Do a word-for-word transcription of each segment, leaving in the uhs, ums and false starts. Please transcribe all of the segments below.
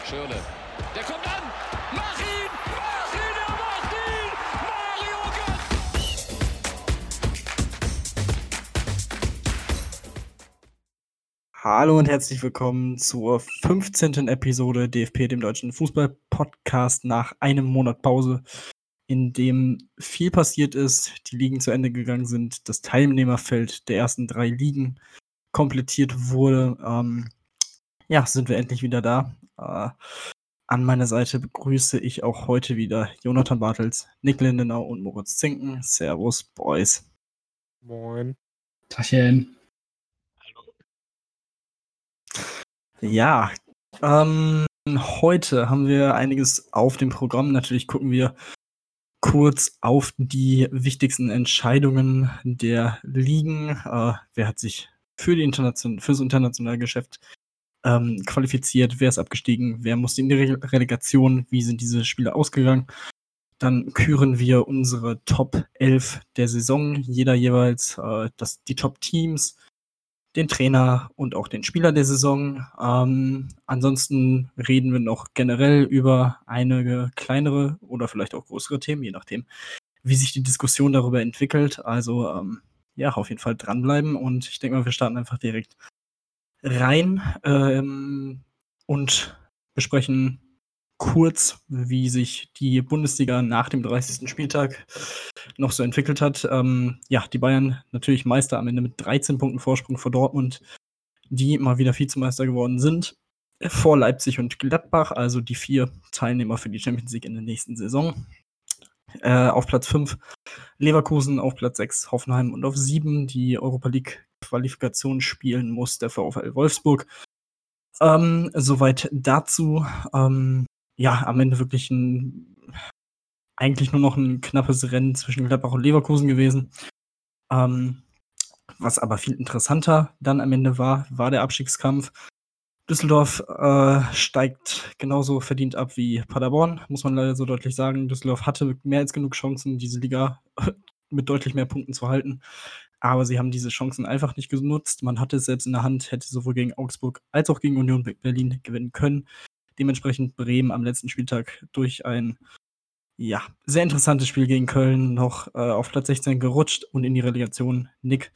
Schirle. Der kommt an! Mach ihn! Mach ihn! Er macht ihn! Mario Götze! Hallo und herzlich willkommen zur fünfzehnten Episode D F P, dem deutschen Fußball-Podcast nach einem Monat Pause, in dem viel passiert ist, die Ligen zu Ende gegangen sind, das Teilnehmerfeld der ersten drei Ligen komplettiert wurde. Ähm, ja, sind wir endlich wieder da. Äh, an meiner Seite begrüße ich auch heute wieder Jonathan Bartels, Nick Lindenau und Moritz Zinken. Servus, Boys. Moin. Tachchen. Ja, ähm, heute haben wir einiges auf dem Programm. Natürlich gucken wir kurz auf die wichtigsten Entscheidungen der Ligen. Äh, wer hat sich für die Internation fürs internationale Geschäft ähm, qualifiziert? Wer ist abgestiegen? Wer musste in die Re Relegation? Wie sind diese Spiele ausgegangen? Dann küren wir unsere Top elf der Saison, jeder jeweils äh, das, die Top-Teams, den Trainer und auch den Spieler der Saison. Ähm, ansonsten reden wir noch generell über einige kleinere oder vielleicht auch größere Themen, je nachdem, wie sich die Diskussion darüber entwickelt. Also ähm, ja, auf jeden Fall dranbleiben und ich denke mal, wir starten einfach direkt rein ähm, und besprechen kurz, wie sich die Bundesliga nach dem dreißigsten Spieltag noch so entwickelt hat. Ähm, ja, die Bayern natürlich Meister am Ende mit dreizehn Punkten Vorsprung vor Dortmund, die mal wieder Vizemeister geworden sind. Vor Leipzig und Gladbach, also die vier Teilnehmer für die Champions League in der nächsten Saison. Äh, auf Platz fünf Leverkusen, auf Platz sechs Hoffenheim und auf sieben die Europa League Qualifikation spielen muss der VfL Wolfsburg. Ähm, soweit dazu. Ähm, ja, am Ende wirklich ein, eigentlich nur noch ein knappes Rennen zwischen Gladbach und Leverkusen gewesen. Ähm, was aber viel interessanter dann am Ende war, war der Abstiegskampf. Düsseldorf äh, steigt genauso verdient ab wie Paderborn, muss man leider so deutlich sagen. Düsseldorf hatte mehr als genug Chancen, diese Liga mit deutlich mehr Punkten zu halten. Aber sie haben diese Chancen einfach nicht genutzt. Man hatte es selbst in der Hand, hätte sowohl gegen Augsburg als auch gegen Union Berlin gewinnen können. Dementsprechend Bremen am letzten Spieltag durch ein ja, sehr interessantes Spiel gegen Köln noch äh, auf Platz sechzehn gerutscht und in die Relegation. Nick,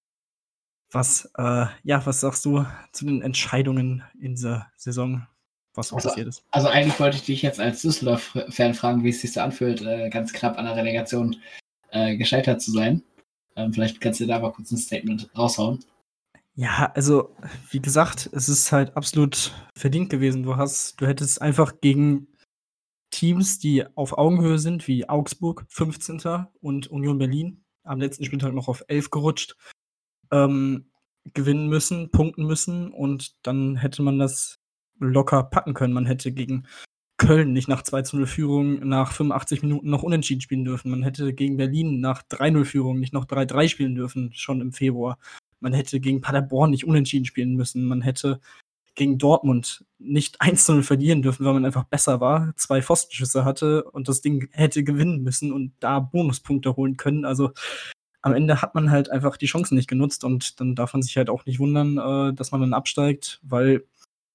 was, äh, ja, was sagst du zu den Entscheidungen in dieser Saison, was so Also, passiert ist? also eigentlich wollte ich dich jetzt als Düsseldorf-Fan fragen, wie es sich so anfühlt, äh, ganz knapp an der Relegation äh, gescheitert zu sein. Ähm, vielleicht kannst du da mal kurz ein Statement raushauen. Ja, also, wie gesagt, es ist halt absolut verdient gewesen. Du hast du hättest einfach gegen Teams, die auf Augenhöhe sind, wie Augsburg, fünfzehnter und Union Berlin, am letzten Spieltag noch auf elf gerutscht, ähm, gewinnen müssen, punkten müssen und dann hätte man das locker packen können. Man hätte gegen Köln nicht nach zwei zu null Führung nach fünfundachtzig Minuten noch unentschieden spielen dürfen. Man hätte gegen Berlin nach drei null Führung nicht noch drei drei spielen dürfen, schon im Februar. Man hätte gegen Paderborn nicht unentschieden spielen müssen. Man hätte gegen Dortmund nicht eins zu null verlieren dürfen, weil man einfach besser war, zwei Pfostenschüsse hatte und das Ding hätte gewinnen müssen und da Bonuspunkte holen können. Also am Ende hat man halt einfach die Chancen nicht genutzt und dann darf man sich halt auch nicht wundern, äh, dass man dann absteigt, weil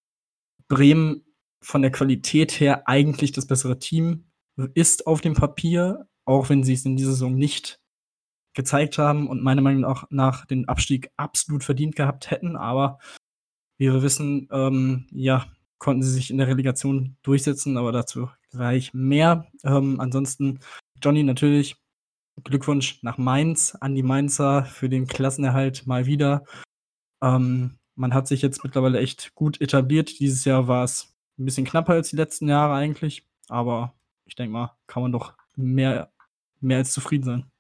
Bremen von der Qualität her eigentlich das bessere Team ist auf dem Papier, auch wenn sie es in dieser Saison nicht gezeigt haben und meiner Meinung nach nach den Abstieg absolut verdient gehabt hätten. Aber wie wir wissen, ähm, ja, konnten sie sich in der Relegation durchsetzen, aber dazu gleich mehr. Ähm, ansonsten, Johnny, natürlich Glückwunsch nach Mainz, an die Mainzer für den Klassenerhalt mal wieder. Ähm, man hat sich jetzt mittlerweile echt gut etabliert. Dieses Jahr war es ein bisschen knapper als die letzten Jahre eigentlich, aber ich denke mal, kann man doch mehr, mehr als zufrieden sein.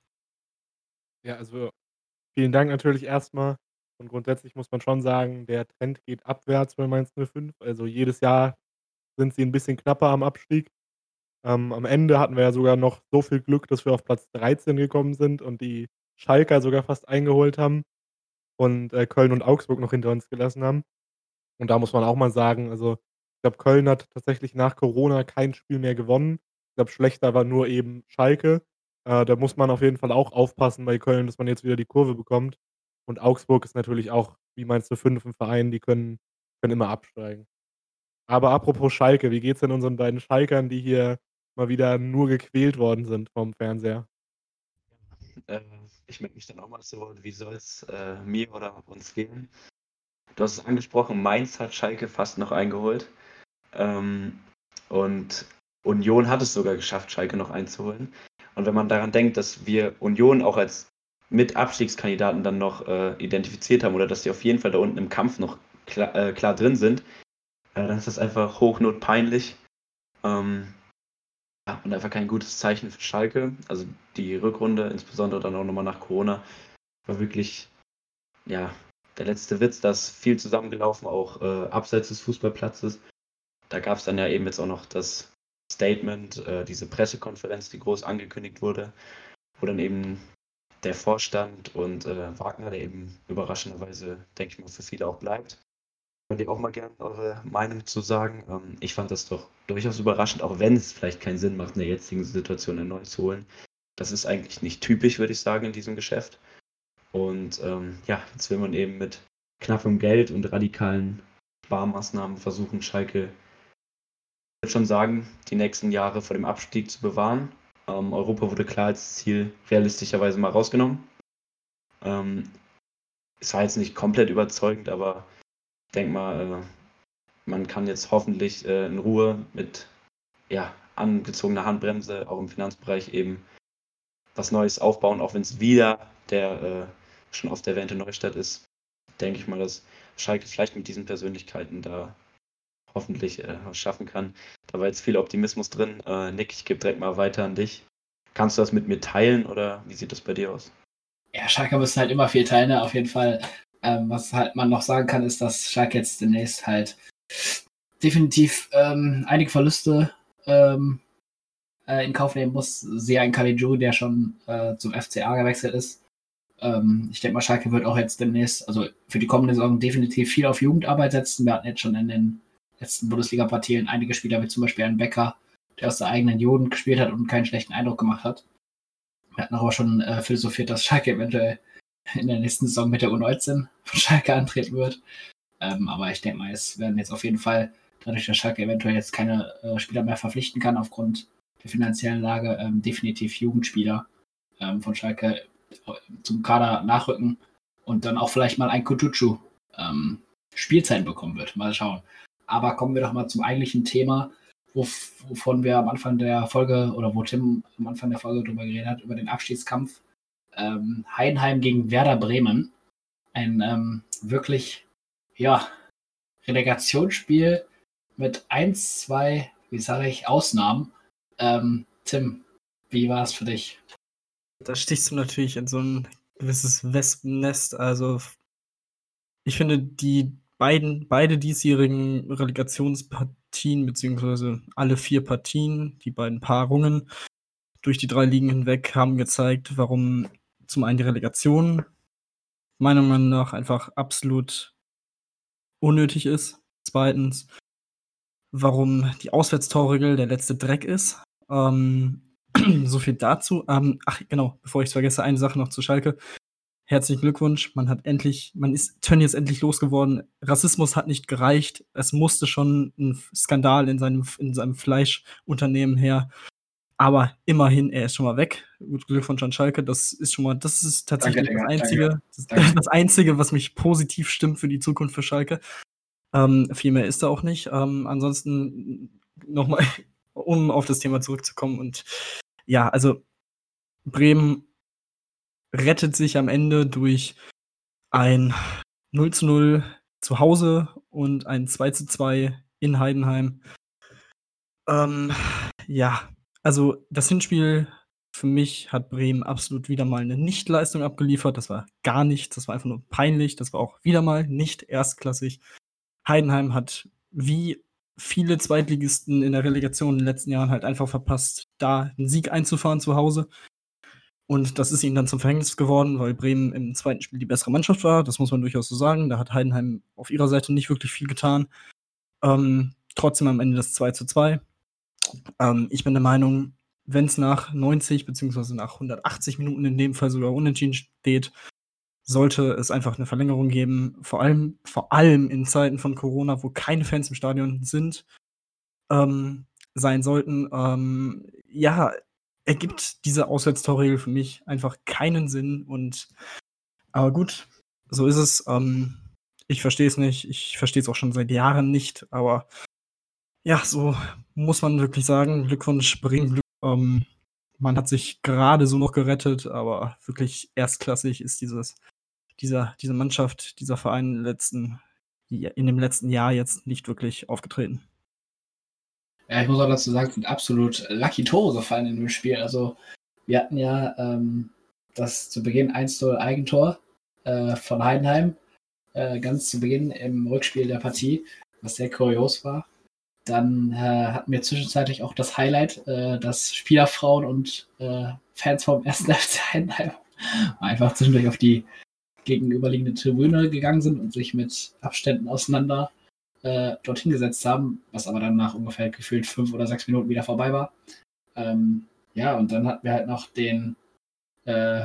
Ja, also vielen Dank natürlich erstmal. Und grundsätzlich muss man schon sagen, der Trend geht abwärts bei Mainz null fünf. Also jedes Jahr sind sie ein bisschen knapper am Abstieg. Ähm, am Ende hatten wir ja sogar noch so viel Glück, dass wir auf Platz dreizehn gekommen sind und die Schalker sogar fast eingeholt haben und, äh, Köln und Augsburg noch hinter uns gelassen haben. Und da muss man auch mal sagen, also, ich glaube, Köln hat tatsächlich nach Corona kein Spiel mehr gewonnen. Ich glaube, schlechter war nur eben Schalke. Äh, da muss man auf jeden Fall auch aufpassen bei Köln, dass man jetzt wieder die Kurve bekommt. Und Augsburg ist natürlich auch wie Mainz null fünf 'n Verein, die können können immer absteigen. Aber apropos Schalke, wie geht's denn unseren beiden Schalkern, die hier mal wieder nur gequält worden sind vom Fernseher? Äh, ich melde mich dann auch mal zu Wort. Wie soll es äh, mir oder uns gehen? Du hast es angesprochen, Mainz hat Schalke fast noch eingeholt. Ähm, und Union hat es sogar geschafft, Schalke noch einzuholen. Und wenn man daran denkt, dass wir Union auch als Mit-Abstiegskandidaten dann noch äh, identifiziert haben oder dass die auf jeden Fall da unten im Kampf noch klar, äh, klar drin sind, äh, dann ist das einfach hochnotpeinlich. Ähm, ja, und einfach kein gutes Zeichen für Schalke. Also die Rückrunde, insbesondere dann auch nochmal nach Corona, war wirklich, ja, der letzte Witz. Da ist viel zusammengelaufen, auch äh, abseits des Fußballplatzes. Da gab es dann ja eben jetzt auch noch das Statement, äh, diese Pressekonferenz, die groß angekündigt wurde, wo dann eben der Vorstand und äh, Wagner, der eben überraschenderweise, denke ich mal, für viele auch bleibt. Könnt ihr auch mal gerne eure Meinung zu sagen? Ähm, ich fand das doch durchaus überraschend, auch wenn es vielleicht keinen Sinn macht, in der jetzigen Situation erneut zu holen. Das ist eigentlich nicht typisch, würde ich sagen, in diesem Geschäft. Und ähm, ja, jetzt will man eben mit knappem Geld und radikalen Sparmaßnahmen versuchen, Schalke, ich würde schon sagen, die nächsten Jahre vor dem Abstieg zu bewahren. Ähm, Europa wurde klar als Ziel realistischerweise mal rausgenommen. Ähm, es war jetzt nicht komplett überzeugend, aber ich denke mal, äh, man kann jetzt hoffentlich äh, in Ruhe mit ja, angezogener Handbremse auch im Finanzbereich eben was Neues aufbauen, auch wenn es wieder der äh, schon oft erwähnte Neustadt ist, denke ich mal, dass Schalke vielleicht mit diesen Persönlichkeiten da hoffentlich äh, was schaffen kann. Da war jetzt viel Optimismus drin. Äh, Nick, ich gebe direkt mal weiter an dich. Kannst du das mit mir teilen oder wie sieht das bei dir aus? Ja, Schalke müssen halt immer viel teilen, ne? Auf jeden Fall. Ähm, was halt man noch sagen kann, ist, dass Schalke jetzt demnächst halt definitiv ähm, einige Verluste ähm, äh, in Kauf nehmen muss. Sehe ein Caligiuri, der schon äh, zum F C A gewechselt ist. Ähm, ich denke mal, Schalke wird auch jetzt demnächst, also für die kommende Saison definitiv viel auf Jugendarbeit setzen. Wir hatten jetzt schon in den letzten Bundesliga-Partien einige Spieler, wie zum Beispiel einen Becker, der aus der eigenen Jugend gespielt hat und keinen schlechten Eindruck gemacht hat. Wir hatten aber schon äh, philosophiert, dass Schalke eventuell in der nächsten Saison mit der U neunzehn von Schalke antreten wird. Ähm, aber ich denke mal, es werden jetzt auf jeden Fall, dadurch, dass Schalke eventuell jetzt keine äh, Spieler mehr verpflichten kann aufgrund der finanziellen Lage, ähm, definitiv Jugendspieler ähm, von Schalke zum Kader nachrücken und dann auch vielleicht mal ein Kutucu ähm, Spielzeit bekommen wird. Mal schauen. Aber kommen wir doch mal zum eigentlichen Thema, wovon wir am Anfang der Folge oder wo Tim am Anfang der Folge drüber geredet hat, über den Abstiegskampf. Ähm, Heidenheim gegen Werder Bremen. Ein ähm, wirklich, ja, Relegationsspiel mit eins, zwei, wie sage ich, Ausnahmen. Ähm, Tim, wie war es für dich? Da stichst du natürlich in so ein gewisses Wespennest. Also ich finde, die beiden, beide diesjährigen Relegationspartien, beziehungsweise alle vier Partien, die beiden Paarungen durch die drei Ligen hinweg, haben gezeigt, warum zum einen die Relegation meiner Meinung nach einfach absolut unnötig ist. Zweitens, warum die Auswärtstorregel der letzte Dreck ist. Ähm, so viel dazu. Ähm, ach, genau, bevor ich es vergesse, eine Sache noch zu Schalke. Herzlichen Glückwunsch, man hat endlich, man ist Tönnies endlich losgeworden. Rassismus hat nicht gereicht. Es musste schon ein Skandal in seinem, in seinem Fleischunternehmen her. Aber immerhin, er ist schon mal weg. Gut, Glückwunsch an Schalke. Das ist schon mal, das ist tatsächlich Danke, das Digga, Einzige, danke, das, danke. das Einzige, was mich positiv stimmt für die Zukunft für Schalke. Ähm, viel mehr ist da auch nicht. Ähm, ansonsten nochmal, um auf das Thema zurückzukommen. Und ja, also Bremen rettet sich am Ende durch ein null zu null zu Hause und ein zwei zu zwei in Heidenheim. Ähm, ja, also das Hinspiel für mich hat Bremen absolut wieder mal eine Nichtleistung abgeliefert. Das war gar nichts, das war einfach nur peinlich. Das war auch wieder mal nicht erstklassig. Heidenheim hat wie viele Zweitligisten in der Relegation in den letzten Jahren halt einfach verpasst, da einen Sieg einzufahren zu Hause. Und das ist ihnen dann zum Verhängnis geworden, weil Bremen im zweiten Spiel die bessere Mannschaft war. Das muss man durchaus so sagen. Da hat Heidenheim auf ihrer Seite nicht wirklich viel getan. Ähm, trotzdem am Ende das zwei zu zwei. Ähm, ich bin der Meinung, wenn es nach neunzig beziehungsweise nach hundertachtzig Minuten in dem Fall sogar unentschieden steht, sollte es einfach eine Verlängerung geben, vor allem vor allem in Zeiten von Corona, wo keine Fans im Stadion sind, ähm, sein sollten. Ähm, ja, ergibt diese Auswärtstorregel für mich einfach keinen Sinn und aber gut, so ist es. Ähm, ich verstehe es nicht. Ich verstehe es auch schon seit Jahren nicht, aber ja, so muss man wirklich sagen. Glückwunsch, Bremen, ähm, man hat sich gerade so noch gerettet, aber wirklich erstklassig ist dieses dieser diese Mannschaft, dieser Verein in letzten in dem letzten Jahr jetzt nicht wirklich aufgetreten. Ja, ich muss auch dazu sagen, es sind absolut lucky Tore gefallen in dem Spiel. Also wir hatten ja ähm, das zu Beginn eins zu null Eigentor äh, von Heidenheim, äh, ganz zu Beginn im Rückspiel der Partie, was sehr kurios war. Dann äh, hatten wir zwischenzeitlich auch das Highlight, äh, dass Spielerfrauen und äh, Fans vom ersten F C Heidenheim einfach zwischendurch auf die gegenüberliegende Tribüne gegangen sind und sich mit Abständen auseinander äh, dorthin gesetzt haben, was aber dann nach ungefähr gefühlt fünf oder sechs Minuten wieder vorbei war. Ähm, ja, und dann hatten wir halt noch den äh,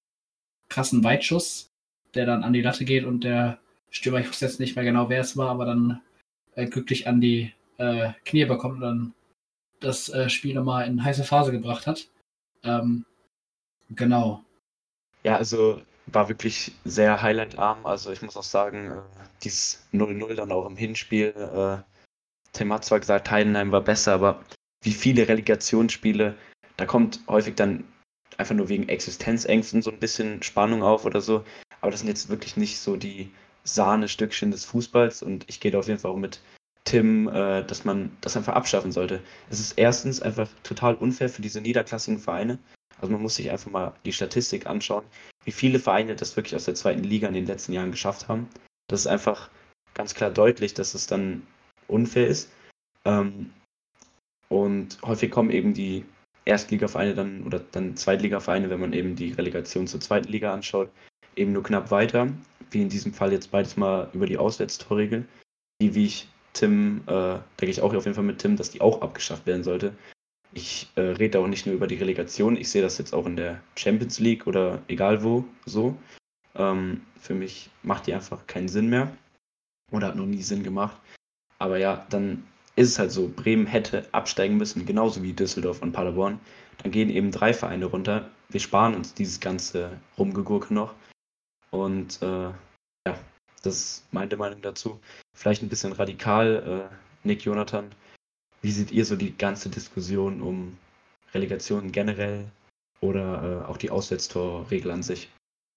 krassen Weitschuss, der dann an die Latte geht und der Stürmer, ich wusste jetzt nicht mehr genau, wer es war, aber dann äh, glücklich an die äh, Knie bekommt und dann das äh, Spiel nochmal in heiße Phase gebracht hat. Ähm, genau. Ja, also war wirklich sehr highlightarm. Also ich muss auch sagen, äh, dieses null null dann auch im Hinspiel. Äh, Tim hat zwar gesagt, Heidenheim war besser, aber wie viele Relegationsspiele, da kommt häufig dann einfach nur wegen Existenzängsten so ein bisschen Spannung auf oder so. Aber das sind jetzt wirklich nicht so die Sahnestückchen des Fußballs und ich gehe da auf jeden Fall auch mit Tim, äh, dass man das einfach abschaffen sollte. Es ist erstens einfach total unfair für diese niederklassigen Vereine. Also man muss sich einfach mal die Statistik anschauen, wie viele Vereine das wirklich aus der zweiten Liga in den letzten Jahren geschafft haben. Das ist einfach ganz klar deutlich, dass es dann unfair ist. Ähm, und häufig kommen eben die Erstligavereine dann oder dann Zweitligavereine, wenn man eben die Relegation zur zweiten Liga anschaut, eben nur knapp weiter, wie in diesem Fall jetzt beides mal über die Auswärtstorregel, die, wie ich Tim, äh, da gehe ich auch auf jeden Fall mit Tim, dass die auch abgeschafft werden sollte. Ich äh, rede auch nicht nur über die Relegation, ich sehe das jetzt auch in der Champions League oder egal wo so. Ähm, für mich macht die einfach keinen Sinn mehr oder hat noch nie Sinn gemacht. Aber ja, dann ist es halt so, Bremen hätte absteigen müssen, genauso wie Düsseldorf und Paderborn. Dann gehen eben drei Vereine runter. Wir sparen uns dieses ganze Rumgegurke noch. Und äh, ja, das ist meine Meinung dazu. Vielleicht ein bisschen radikal, äh, Nick, Jonathan. Wie seht ihr so die ganze Diskussion um Relegation generell oder äh, auch die Auswärtstorregel an sich?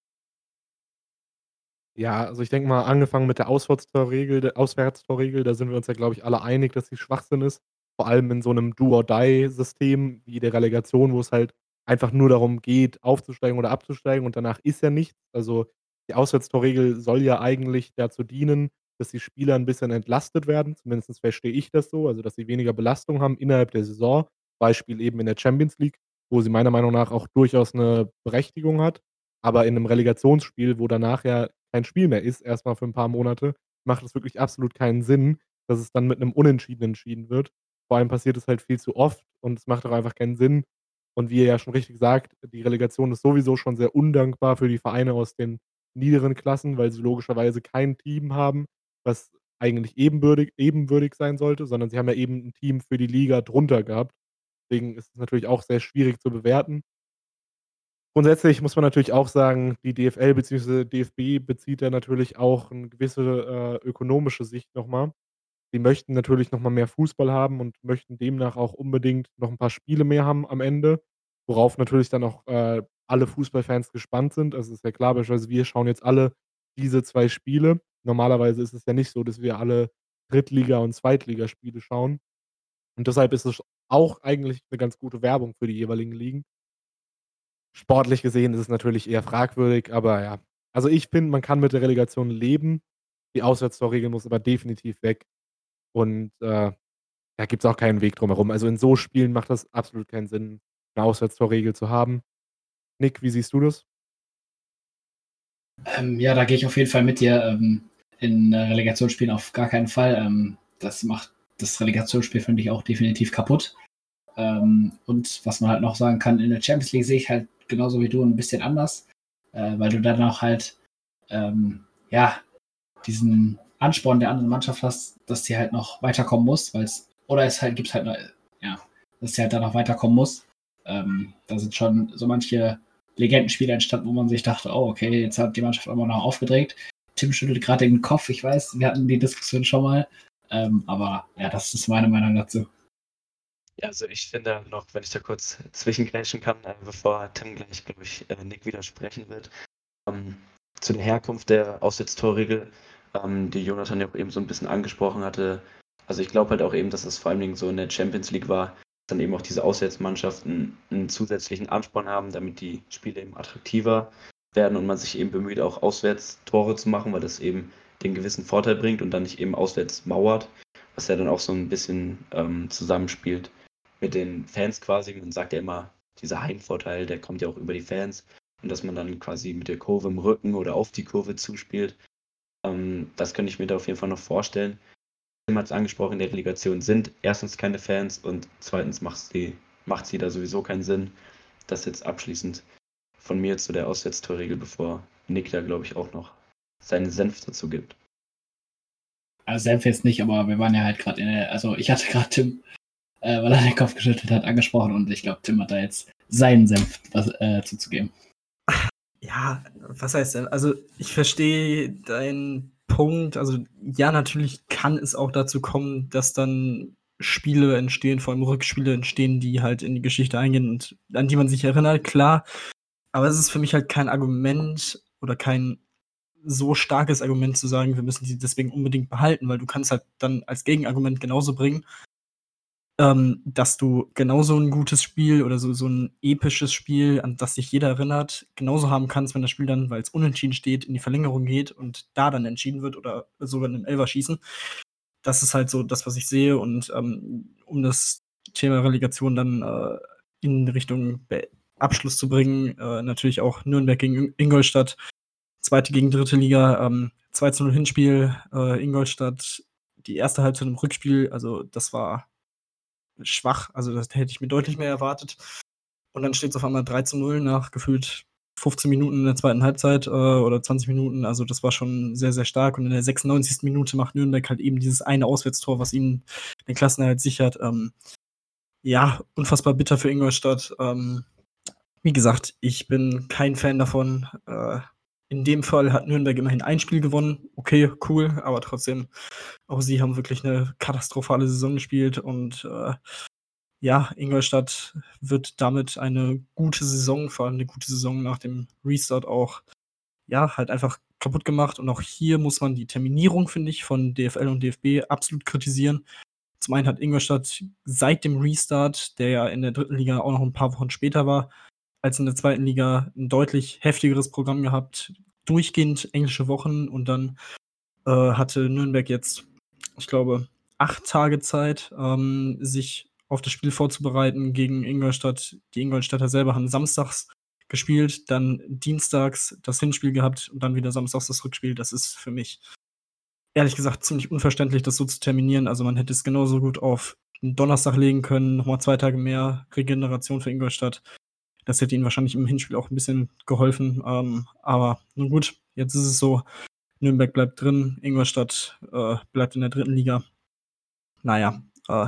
Ja, also ich denke mal, angefangen mit der Auswärtstorregel der Auswärtstorregel, da sind wir uns ja, glaube ich, alle einig, dass sie Schwachsinn ist. Vor allem in so einem Do-or-Die-System wie der Relegation, wo es halt einfach nur darum geht, aufzusteigen oder abzusteigen und danach ist ja nichts. Also, die Auswärtstorregel soll ja eigentlich dazu dienen, dass die Spieler ein bisschen entlastet werden. Zumindest verstehe ich das so, also, dass sie weniger Belastung haben innerhalb der Saison. Beispiel eben in der Champions League, wo sie meiner Meinung nach auch durchaus eine Berechtigung hat. Aber in 'nem Relegationsspiel, wo danach ja kein Spiel mehr ist, erst mal für 'n paar Monate, macht es wirklich absolut keinen Sinn, dass es dann mit 'nem Unentschieden entschieden wird. Vor allem passiert es halt viel zu oft und es macht auch einfach keinen Sinn. Und wie ihr ja schon richtig sagt, die Relegation ist sowieso schon sehr undankbar für die Vereine aus den niederen Klassen, weil sie logischerweise kein Team haben, was eigentlich ebenbürtig ebenwürdig sein sollte, sondern sie haben ja eben 'n Team für die Liga drunter gehabt. Deswegen ist es natürlich auch sehr schwierig zu bewerten. Grundsätzlich muss man natürlich auch sagen, die D F L beziehungsweise D F B bezieht da natürlich auch 'ne gewisse, äh, ökonomische Sicht noch mal. Die möchten natürlich noch mal mehr Fußball haben und möchten demnach auch unbedingt noch 'n paar Spiele mehr haben am Ende, worauf natürlich dann auch, äh, alle Fußballfans gespannt sind. Also, ist ja klar, beispielsweise wir schauen jetzt alle diese zwei Spiele. Normalerweise ist es ja nicht so, dass wir alle Drittliga und Zweitligaspiele schauen. Und deshalb ist es auch eigentlich 'ne ganz gute Werbung für die jeweiligen Ligen. Sportlich gesehen ist es natürlich eher fragwürdig, aber ja. Also, ich finde, man kann mit der Relegation leben. Die Auswärtstorregel muss aber definitiv weg und, äh, da gibt's auch keinen Weg drum herum. Also, in so Spielen macht das absolut keinen Sinn, 'ne Auswärtstorregel zu haben. Nick, wie siehst du das? Ähm, ja, da gehe ich auf jeden Fall mit dir. Ähm, in äh, Relegationsspielen auf gar keinen Fall. Ähm, das macht das Relegationsspiel, finde ich, auch definitiv kaputt. Ähm, und was man halt noch sagen kann, in der Champions League sehe ich halt genauso wie du ein bisschen anders, äh, weil du dann auch halt ähm, ja, diesen Ansporn der anderen Mannschaft hast, dass sie halt noch weiterkommen muss, weil es, oder es halt gibt halt, noch, ja, dass sie halt da noch weiterkommen muss. Ähm, da sind schon so manche Legendenspiele entstanden, wo man sich dachte, oh, okay, jetzt hat die Mannschaft auch mal noch aufgedreht. Tim schüttelt gerade den Kopf, ich weiß, wir hatten die Diskussion schon mal. Ähm, aber ja, das ist meine Meinung dazu. Ja, also ich finde noch, wenn ich da kurz zwischengrätschen kann, äh, bevor Tim gleich, glaube ich, äh, Nick widersprechen wird, ähm, zu der Herkunft der Auswärtstorregel, ähm, die Jonathan ja auch eben so ein bisschen angesprochen hatte. Also ich glaube halt auch eben, dass es vor allen Dingen so in der Champions League war, dass dann eben auch diese Auswärtsmannschaften einen zusätzlichen Ansporn haben, damit die Spiele eben attraktiver werden und man sich eben bemüht, auch auswärts Tore zu machen, weil das eben den gewissen Vorteil bringt und dann nicht eben auswärts mauert, was ja dann auch so ein bisschen ähm, zusammenspielt mit den Fans quasi. Man sagt ja immer, dieser Heimvorteil, der kommt ja auch über die Fans und dass man dann quasi mit der Kurve im Rücken oder auf die Kurve zuspielt. Ähm, das könnte ich mir da auf jeden Fall noch vorstellen. Tim hat es angesprochen, in der Relegation sind erstens keine Fans und zweitens macht sie, macht sie da sowieso keinen Sinn. Das jetzt abschließend von mir zu der Auswärtstorregel, bevor Nick da, glaube ich, auch noch seinen Senf dazu gibt. Also Senf jetzt nicht, aber wir waren ja halt gerade in der, also ich hatte gerade Tim, äh, weil er den Kopf geschüttelt hat, angesprochen und ich glaube, Tim hat da jetzt seinen Senf was, äh, zuzugeben. Ja, was heißt denn? Also ich verstehe deinen Punkt. Also ja, natürlich kann es auch dazu kommen, dass dann Spiele entstehen, vor allem Rückspiele entstehen, die halt in die Geschichte eingehen und an die man sich erinnert, klar. Aber es ist für mich halt kein Argument oder kein so starkes Argument zu sagen, wir müssen die deswegen unbedingt behalten, weil du kannst halt dann als Gegenargument genauso bringen, ähm, dass du genauso ein gutes Spiel oder so so 'n episches Spiel, an das sich jeder erinnert, genauso haben kannst, wenn das Spiel dann, weil's unentschieden steht, in die Verlängerung geht und da dann entschieden wird oder sogar in 'nem Elferschießen. Das ist halt so das, was ich sehe und, ähm, um das Thema Relegation dann, äh, in Richtung Be Abschluss zu bringen, äh, natürlich auch Nürnberg gegen In Ingolstadt, zweite gegen dritte Liga, ähm, zwei zu null Hinspiel, äh, Ingolstadt die erste Halbzeit im Rückspiel, also das war schwach, also das hätte ich mir deutlich mehr erwartet. Und dann steht's auf einmal drei zu null nach gefühlt fünfzehn Minuten in der zweiten Halbzeit, äh, oder zwanzig Minuten. Also, das war schon sehr, sehr stark. Und in der sechsundneunzigsten Minute macht Nürnberg halt eben dieses eine Auswärtstor, was ihnen den Klassenerhalt sichert. Ähm, ja, unfassbar bitter für Ingolstadt. Ähm, wie gesagt, ich bin kein Fan davon. Äh, in dem Fall hat Nürnberg immerhin ein Spiel gewonnen. Okay, cool, aber trotzdem, auch sie haben wirklich 'ne katastrophale Saison gespielt und, äh, ja, Ingolstadt wird damit eine gute Saison, vor allem 'ne gute Saison nach dem Restart auch, ja, halt einfach kaputt gemacht. Und auch hier muss man die Terminierung, finde ich, von D F L und D F B absolut kritisieren. Zum einen hat Ingolstadt seit dem Restart, der ja in der dritten Liga auch noch 'n paar Wochen später war als in der zweiten Liga, 'n deutlich heftigeres Programm gehabt, durchgehend englische Wochen und dann, äh, hatte Nürnberg jetzt, ich glaube, acht Tage Zeit, ähm, sich auf das Spiel vorzubereiten gegen Ingolstadt. Die Ingolstädter selber haben samstags gespielt, dann dienstags das Hinspiel gehabt und dann wieder samstags das Rückspiel. Das ist für mich ehrlich gesagt ziemlich unverständlich, das so zu terminieren. Also, man hätte es genauso gut auf 'n Donnerstag legen können, noch mal zwei Tage mehr Regeneration für Ingolstadt. Das hätte ihnen wahrscheinlich im Hinspiel auch 'n bisschen geholfen. Ähm, aber nun gut, jetzt ist es so, Nürnberg bleibt drin, Ingolstadt, äh, bleibt in der dritten Liga. Na ja, äh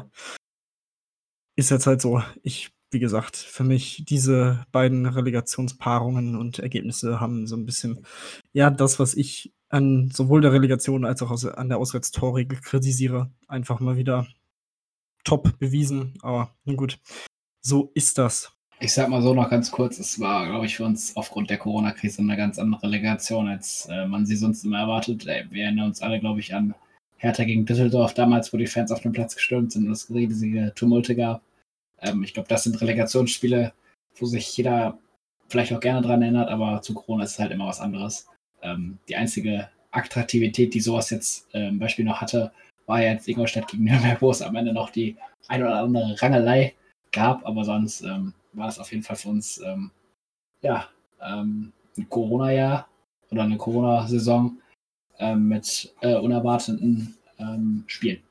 ist jetzt halt so. Ich wie gesagt, für mich diese beiden Relegationspaarungen und Ergebnisse haben so 'n bisschen, ja, das, was ich an sowohl der Relegation als auch aus an der Auswärtstorregel kritisiere, einfach mal wieder top bewiesen. Aber nun gut, so ist das. Ich sage mal so noch ganz kurz, es war, glaube ich, für uns aufgrund der Corona-Krise 'ne ganz andere Relegation, als, äh, man sie sonst immer erwartet. Äh, wir erinnern uns alle, glaube ich, an Hertha gegen Düsseldorf damals, wo die Fans auf den Platz gestürmt sind und es riesige Tumulte gab. Ähm, ich glaube, das sind Relegationsspiele, wo sich jeder vielleicht auch gerne dran erinnert, aber zu Corona ist es halt immer was anderes. Ähm, die einzige Attraktivität, die so was jetzt, ähm, Beispiel noch hatte, war ja jetzt Ingolstadt gegen Nürnberg, wo es am Ende noch die ein oder andere Rangelei gab, aber sonst, ähm, war es auf jeden Fall für uns, ähm, ja, ähm, 'n Corona-Jahr oder 'ne Corona-Saison, ähm, mit, äh, unerwarteten, ähm, Spielen.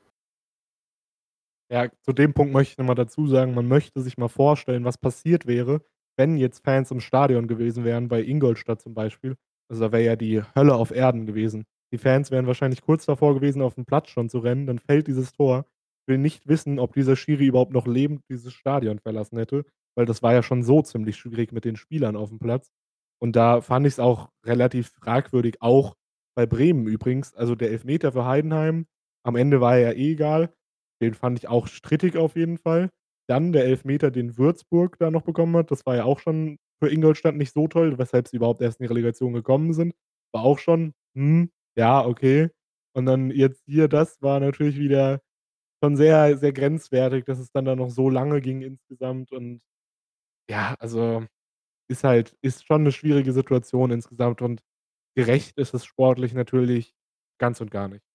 Ja, zu dem Punkt möchte ich noch mal dazu sagen, man möchte sich mal vorstellen, was passiert wäre, wenn jetzt Fans im Stadion gewesen wären, bei Ingolstadt zum Beispiel. Also, da wäre ja die Hölle auf Erden gewesen. Die Fans wären wahrscheinlich kurz davor gewesen, auf 'n Platz schon zu rennen. Dann fällt dieses Tor. Will nicht wissen, ob dieser Schiri überhaupt noch lebend dieses Stadion verlassen hätte, weil das war ja schon so ziemlich schwierig mit den Spielern aufm Platz. Und da fand ich's auch relativ fragwürdig, auch bei Bremen übrigens. Also, der Elfmeter für Heidenheim, am Ende war er ja eh egal. Den fand ich auch strittig auf jeden Fall. Dann der Elfmeter, den Würzburg da noch bekommen hat, das war ja auch schon für Ingolstadt nicht so toll, weshalb sie überhaupt erst in die Relegation gekommen sind. War auch schon, hm, ja, okay. Und dann jetzt hier das war natürlich wieder schon sehr, sehr grenzwertig, dass es dann da noch so lange ging insgesamt und ja, also, ist halt ist schon 'ne schwierige Situation insgesamt und gerecht ist es sportlich natürlich ganz und gar nicht.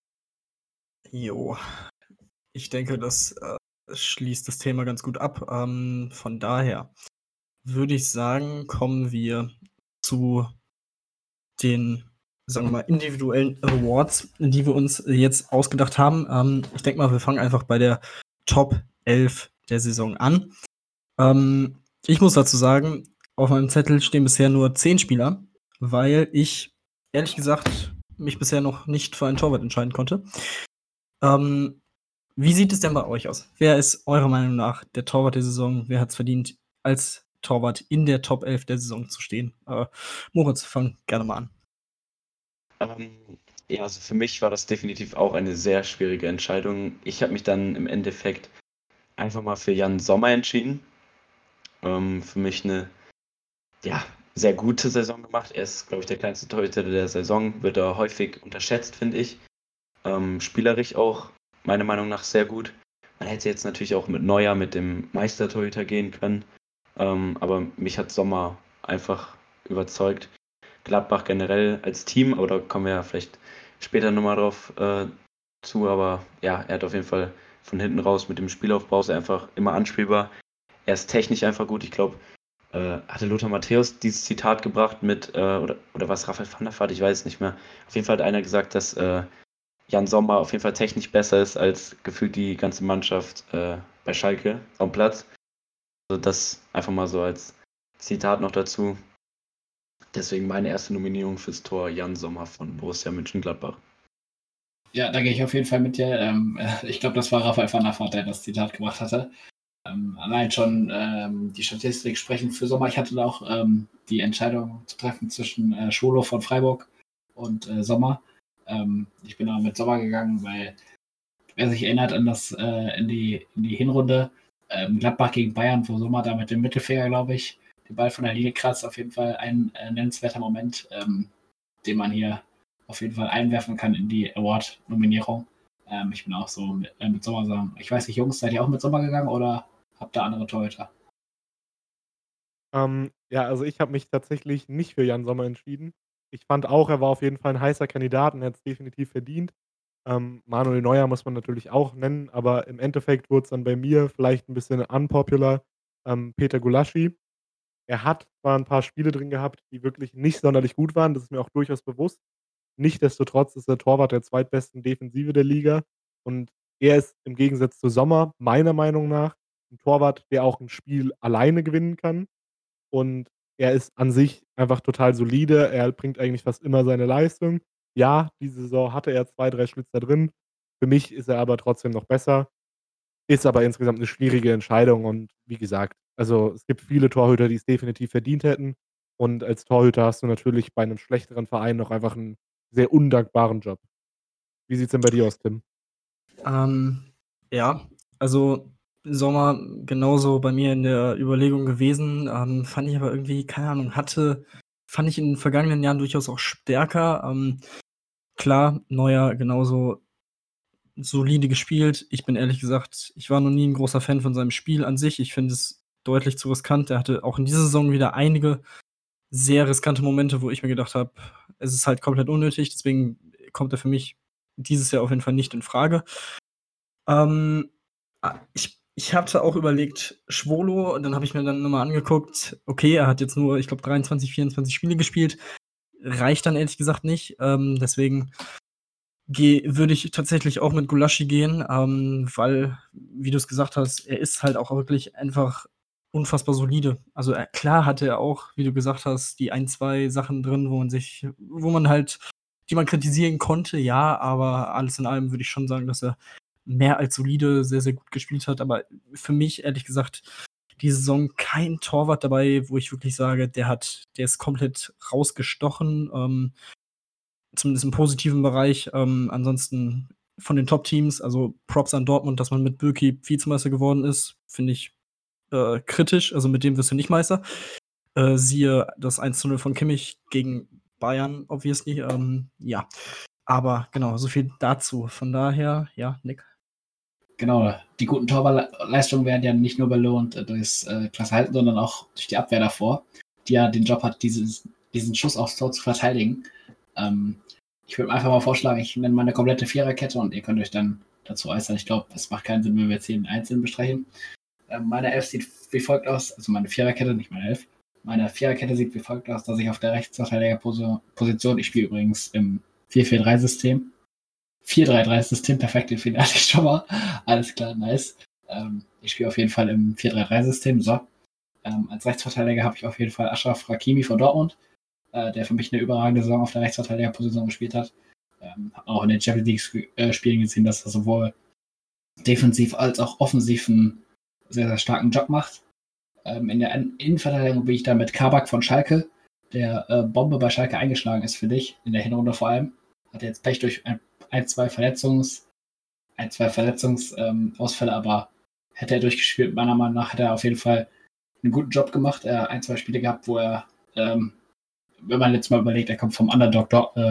Jo. Ich denke, das, äh, schließt das Thema ganz gut ab. Ähm, von daher würde ich sagen, kommen wir zu den, sagen wir mal, individuellen Awards, die wir uns jetzt ausgedacht haben. Ähm, ich denke mal, wir fangen einfach bei der Top elf der Saison an. Ähm, ich muss dazu sagen, auf meinem Zettel stehen bisher nur zehn Spieler, weil ich ehrlich gesagt mich bisher noch nicht für einen Torwart entscheiden konnte. Ähm, wie sieht es denn bei euch aus? Wer ist eurer Meinung nach der Torwart der Saison? Wer hat's verdient, als Torwart in der Top elf der Saison zu stehen? Äh, Moritz, fang gerne mal an. Ähm, ja, also für mich war das definitiv auch eine sehr schwierige Entscheidung. Ich habe mich dann im Endeffekt einfach mal für Jan Sommer entschieden. Ähm, für mich eine ja, sehr gute Saison gemacht. Er ist, glaube ich, der kleinste Torhüter der Saison, wird da häufig unterschätzt, finde ich. Ähm, spielerisch auch meiner Meinung nach sehr gut. Man hätte jetzt natürlich auch mit Neuer, mit dem Meistertorhüter gehen können. Ähm, aber mich hat Sommer einfach überzeugt. Gladbach generell als Team, aber da kommen wir ja vielleicht später nochmal drauf äh, zu. Aber ja, er hat auf jeden Fall von hinten raus mit dem Spielaufbau ist er einfach immer anspielbar. Er ist technisch einfach gut. Ich glaube, äh, hatte Lothar Matthäus dieses Zitat gebracht mit, äh, oder, oder was Raphael van der Vaart, ich weiß es nicht mehr. Auf jeden Fall hat einer gesagt, dass äh, Jan Sommer auf jeden Fall technisch besser ist als gefühlt die ganze Mannschaft äh, bei Schalke am Platz. Also das einfach mal so als Zitat noch dazu. Deswegen meine erste Nominierung fürs Tor Jan Sommer von Borussia Mönchengladbach. Ja, da gehe ich auf jeden Fall mit dir. Ähm, ich glaube, das war Raphael van der Vaart, der das Zitat gemacht hatte. Ähm, allein schon ähm, die Statistik sprechen für Sommer. Ich hatte da auch ähm, die Entscheidung zu treffen zwischen äh, Schwolo von Freiburg und äh, Sommer. Ähm, ich bin aber mit Sommer gegangen, weil wer sich erinnert an das äh, in, die, in die Hinrunde ähm, Gladbach gegen Bayern, wo Sommer da mit dem Mittelfinger, glaube ich, den Ball von der Linie kratzt, auf jeden Fall ein äh, nennenswerter Moment, ähm, den man hier auf jeden Fall einwerfen kann in die Award-Nominierung. Ähm, ich bin auch so mit, äh, mit Sommer sagen. Ich weiß nicht, Jungs, seid ihr auch mit Sommer gegangen oder habt ihr andere Torhüter? Ähm, ja, also ich habe mich tatsächlich nicht für Jan Sommer entschieden. Ich fand auch, er war auf jeden Fall ein heißer Kandidat und er hat's definitiv verdient. Ähm, Manuel Neuer muss man natürlich auch nennen, aber im Endeffekt wurde es dann bei mir vielleicht ein bisschen unpopular, ähm, Peter Gulaschi. Er hat zwar ein paar Spiele drin gehabt, die wirklich nicht sonderlich gut waren, das ist mir auch durchaus bewusst. Nichtsdestotrotz ist der Torwart der zweitbesten Defensive der Liga und er ist im Gegensatz zu Sommer meiner Meinung nach 'n Torwart, der auch 'n Spiel alleine gewinnen kann und er ist an sich einfach total solide. Er bringt eigentlich fast immer seine Leistung. Ja, diese Saison hatte er zwei, drei Schlitzer drin. Für mich ist er aber trotzdem noch besser. Ist aber insgesamt 'ne schwierige Entscheidung und wie gesagt, also, es gibt viele Torhüter, die es definitiv verdient hätten und als Torhüter hast du natürlich bei 'nem schlechteren Verein noch einfach 'n sehr undankbaren Job. Wie sieht's denn bei dir aus, Tim? Ähm, ja, also Sommer genauso bei mir in der Überlegung gewesen, ähm, fand ich aber irgendwie, keine Ahnung, hatte fand ich in den vergangenen Jahren durchaus auch stärker. Ähm, klar, Neuer genauso solide gespielt. Ich bin ehrlich gesagt, ich war noch nie ein großer Fan von seinem Spiel an sich. Ich finde es deutlich zu riskant. Er hatte auch in dieser Saison wieder einige sehr riskante Momente, wo ich mir gedacht habe, es ist halt komplett unnötig. Deswegen kommt er für mich dieses Jahr auf jeden Fall nicht in Frage. Ähm, ah, ich ich hatte auch überlegt, Schwolo, und dann habe ich mir dann noch mal angeguckt, okay, er hat jetzt nur, ich glaube, dreiundzwanzig, vierundzwanzig Spiele gespielt. Reicht dann ehrlich gesagt nicht. Ähm, deswegen gehe würde ich tatsächlich auch mit Gulaschi gehen, ähm, weil, wie du es gesagt hast, er ist halt auch wirklich einfach unfassbar solide. Also, äh, klar hatte er auch, wie du gesagt hast, die ein, zwei Sachen drin, wo man sich wo man halt die man kritisieren konnte, ja, aber alles in allem würde ich schon sagen, dass er mehr als solide sehr, sehr gut gespielt hat. Aber für mich, ehrlich gesagt, die Saison kein Torwart dabei, wo ich wirklich sage, der hat der ist komplett rausgestochen, ähm, zumindest im positiven Bereich. Ähm, ansonsten von den Top-Teams, also Props an Dortmund, dass man mit Bürki Vizemeister geworden ist, finde ich, äh, kritisch. Also, mit dem wirst du nicht Meister. Äh, siehe das eins zu null von Kimmich gegen Bayern obviously, ähm, ja. Aber genau, so viel dazu. Von daher, ja, Nick? Genau, die guten Torwartleistungen werden ja nicht nur belohnt äh, durchs äh, klasse Halten, sondern auch durch die Abwehr davor, die ja den Job hat, dieses, diesen Schuss aufs Tor zu verteidigen. Ähm, ich würde einfach mal vorschlagen, ich nenne meine komplette Viererkette und ihr könnt euch dann dazu äußern. Ich glaube, es macht keinen Sinn, wenn wir jetzt jeden einzeln besprechen. Ähm, meine Elf sieht wie folgt aus, also meine Viererkette, nicht meine Elf. Meine Viererkette sieht wie folgt aus, dass ich auf der Rechtsverteidigerposition, ich spiele übrigens im vier vier drei System, vier drei drei System, perfekt definiert hatte ich schon mal. Alles klar, nice. Ähm, ich spiele auf jeden Fall im vier drei drei System. So. Ähm, als Rechtsverteidiger habe ich auf jeden Fall Achraf Hakimi von Dortmund, äh, der für mich eine überragende Saison auf der Rechtsverteidigerposition gespielt hat. Ähm, auch in den Champions League-Spielen gesehen, dass er sowohl defensiv als auch offensiv einen sehr, sehr starken Job macht. Ähm, in der Innenverteidigung bin ich da mit Kabak von Schalke, der äh, Bombe bei Schalke eingeschlagen ist, finde ich, in der Hinrunde vor allem. Hat jetzt Pech durch ein, ein zwei Verletzungs, ein, zwei Verletzungsausfälle, ähm, aber hätte er durchgespielt, meiner Meinung nach, hätte er auf jeden Fall einen guten Job gemacht. Er hat ein, zwei Spiele gehabt, wo er, ähm, wenn man jetzt mal überlegt, er kommt vom Underdog äh,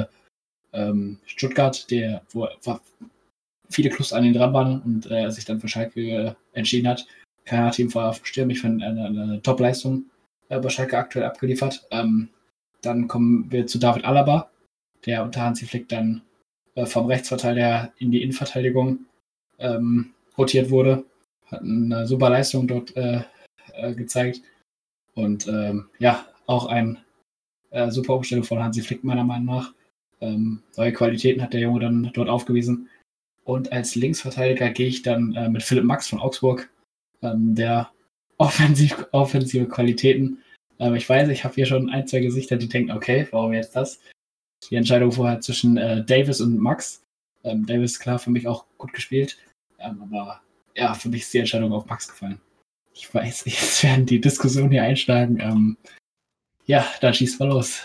ähm, Stuttgart, der, wo er, viele Klus an ihn dran waren und er äh, sich dann für Schalke äh, entschieden hat. Keiner hat ihm vorher auf dem Stirn. Ich finde eine, eine Top-Leistung äh, bei Schalke aktuell abgeliefert. Ähm, dann kommen wir zu David Alaba, der unter Hansi Flick dann äh, vom Rechtsverteidiger in die Innenverteidigung ähm, rotiert wurde. Hat eine super Leistung dort äh, äh, gezeigt. Und ähm, ja, auch eine äh, super Umstellung von Hansi Flick meiner Meinung nach. Ähm, neue Qualitäten hat der Junge dann dort aufgewiesen. Und als Linksverteidiger gehe ich dann äh, mit Philipp Max von Augsburg, ähm, der offensiv, offensive Qualitäten. Ähm, ich weiß, ich habe hier schon ein, zwei Gesichter, die denken, okay, warum jetzt das? Die Entscheidung vorher zwischen äh, Davis und Max. Ähm, Davis, klar, für mich auch gut gespielt. Ähm, aber ja, für mich ist die Entscheidung auf Max gefallen. Ich weiß, jetzt werden die Diskussionen hier einschlagen. Ähm, ja, dann schießt mal los.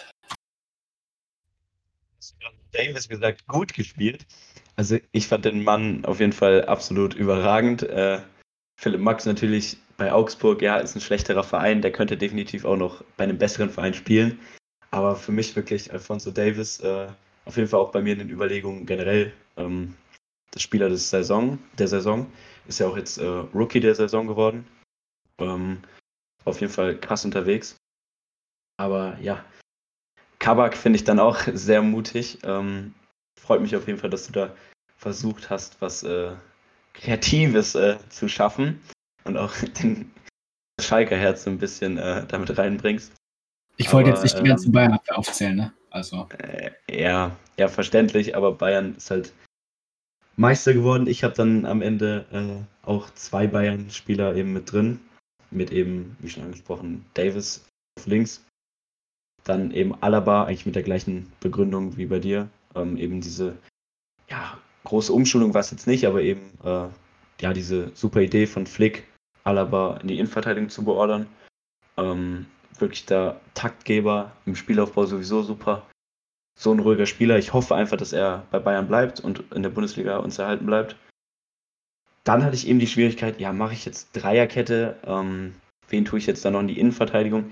Davis gesagt, gut gespielt. Also ich fand den Mann auf jeden Fall absolut überragend. Äh, Philipp Max natürlich bei Augsburg, ja, ist ein schlechterer Verein, der könnte definitiv auch noch bei einem besseren Verein spielen. Aber für mich wirklich Alphonso Davies, äh, auf jeden Fall auch bei mir in den Überlegungen generell ähm, der Spieler des Saison, der Saison. Ist ja auch jetzt äh, Rookie der Saison geworden. Ähm, auf jeden Fall krass unterwegs. Aber ja, Kabak finde ich dann auch sehr mutig. Ähm, freut mich auf jeden Fall, dass du da versucht hast, was äh, Kreatives äh, zu schaffen und auch den Schalker Herz so ein bisschen äh, damit reinbringst. Ich wollte jetzt Aber, nicht die ganze ähm, Bayern-Abwehr aufzählen, ne? Also. Äh, ja, ja, verständlich, aber Bayern ist halt Meister geworden. Ich habe dann am Ende äh, auch zwei Bayern-Spieler eben mit drin. Mit eben, wie schon angesprochen, Davis auf links. Dann eben Alaba, eigentlich mit der gleichen Begründung wie bei dir. Ähm, eben diese ja, große Umschulung war es jetzt nicht, aber eben äh, ja, diese super Idee von Flick, Alaba in die Innenverteidigung zu beordern. Ähm, wirklich da Taktgeber, im Spielaufbau sowieso super. So ein ruhiger Spieler. Ich hoffe einfach, dass er bei Bayern bleibt und in der Bundesliga uns erhalten bleibt. Dann hatte ich eben die Schwierigkeit, ja, mache ich jetzt Dreierkette? Ähm, wen tue ich jetzt dann noch in die Innenverteidigung?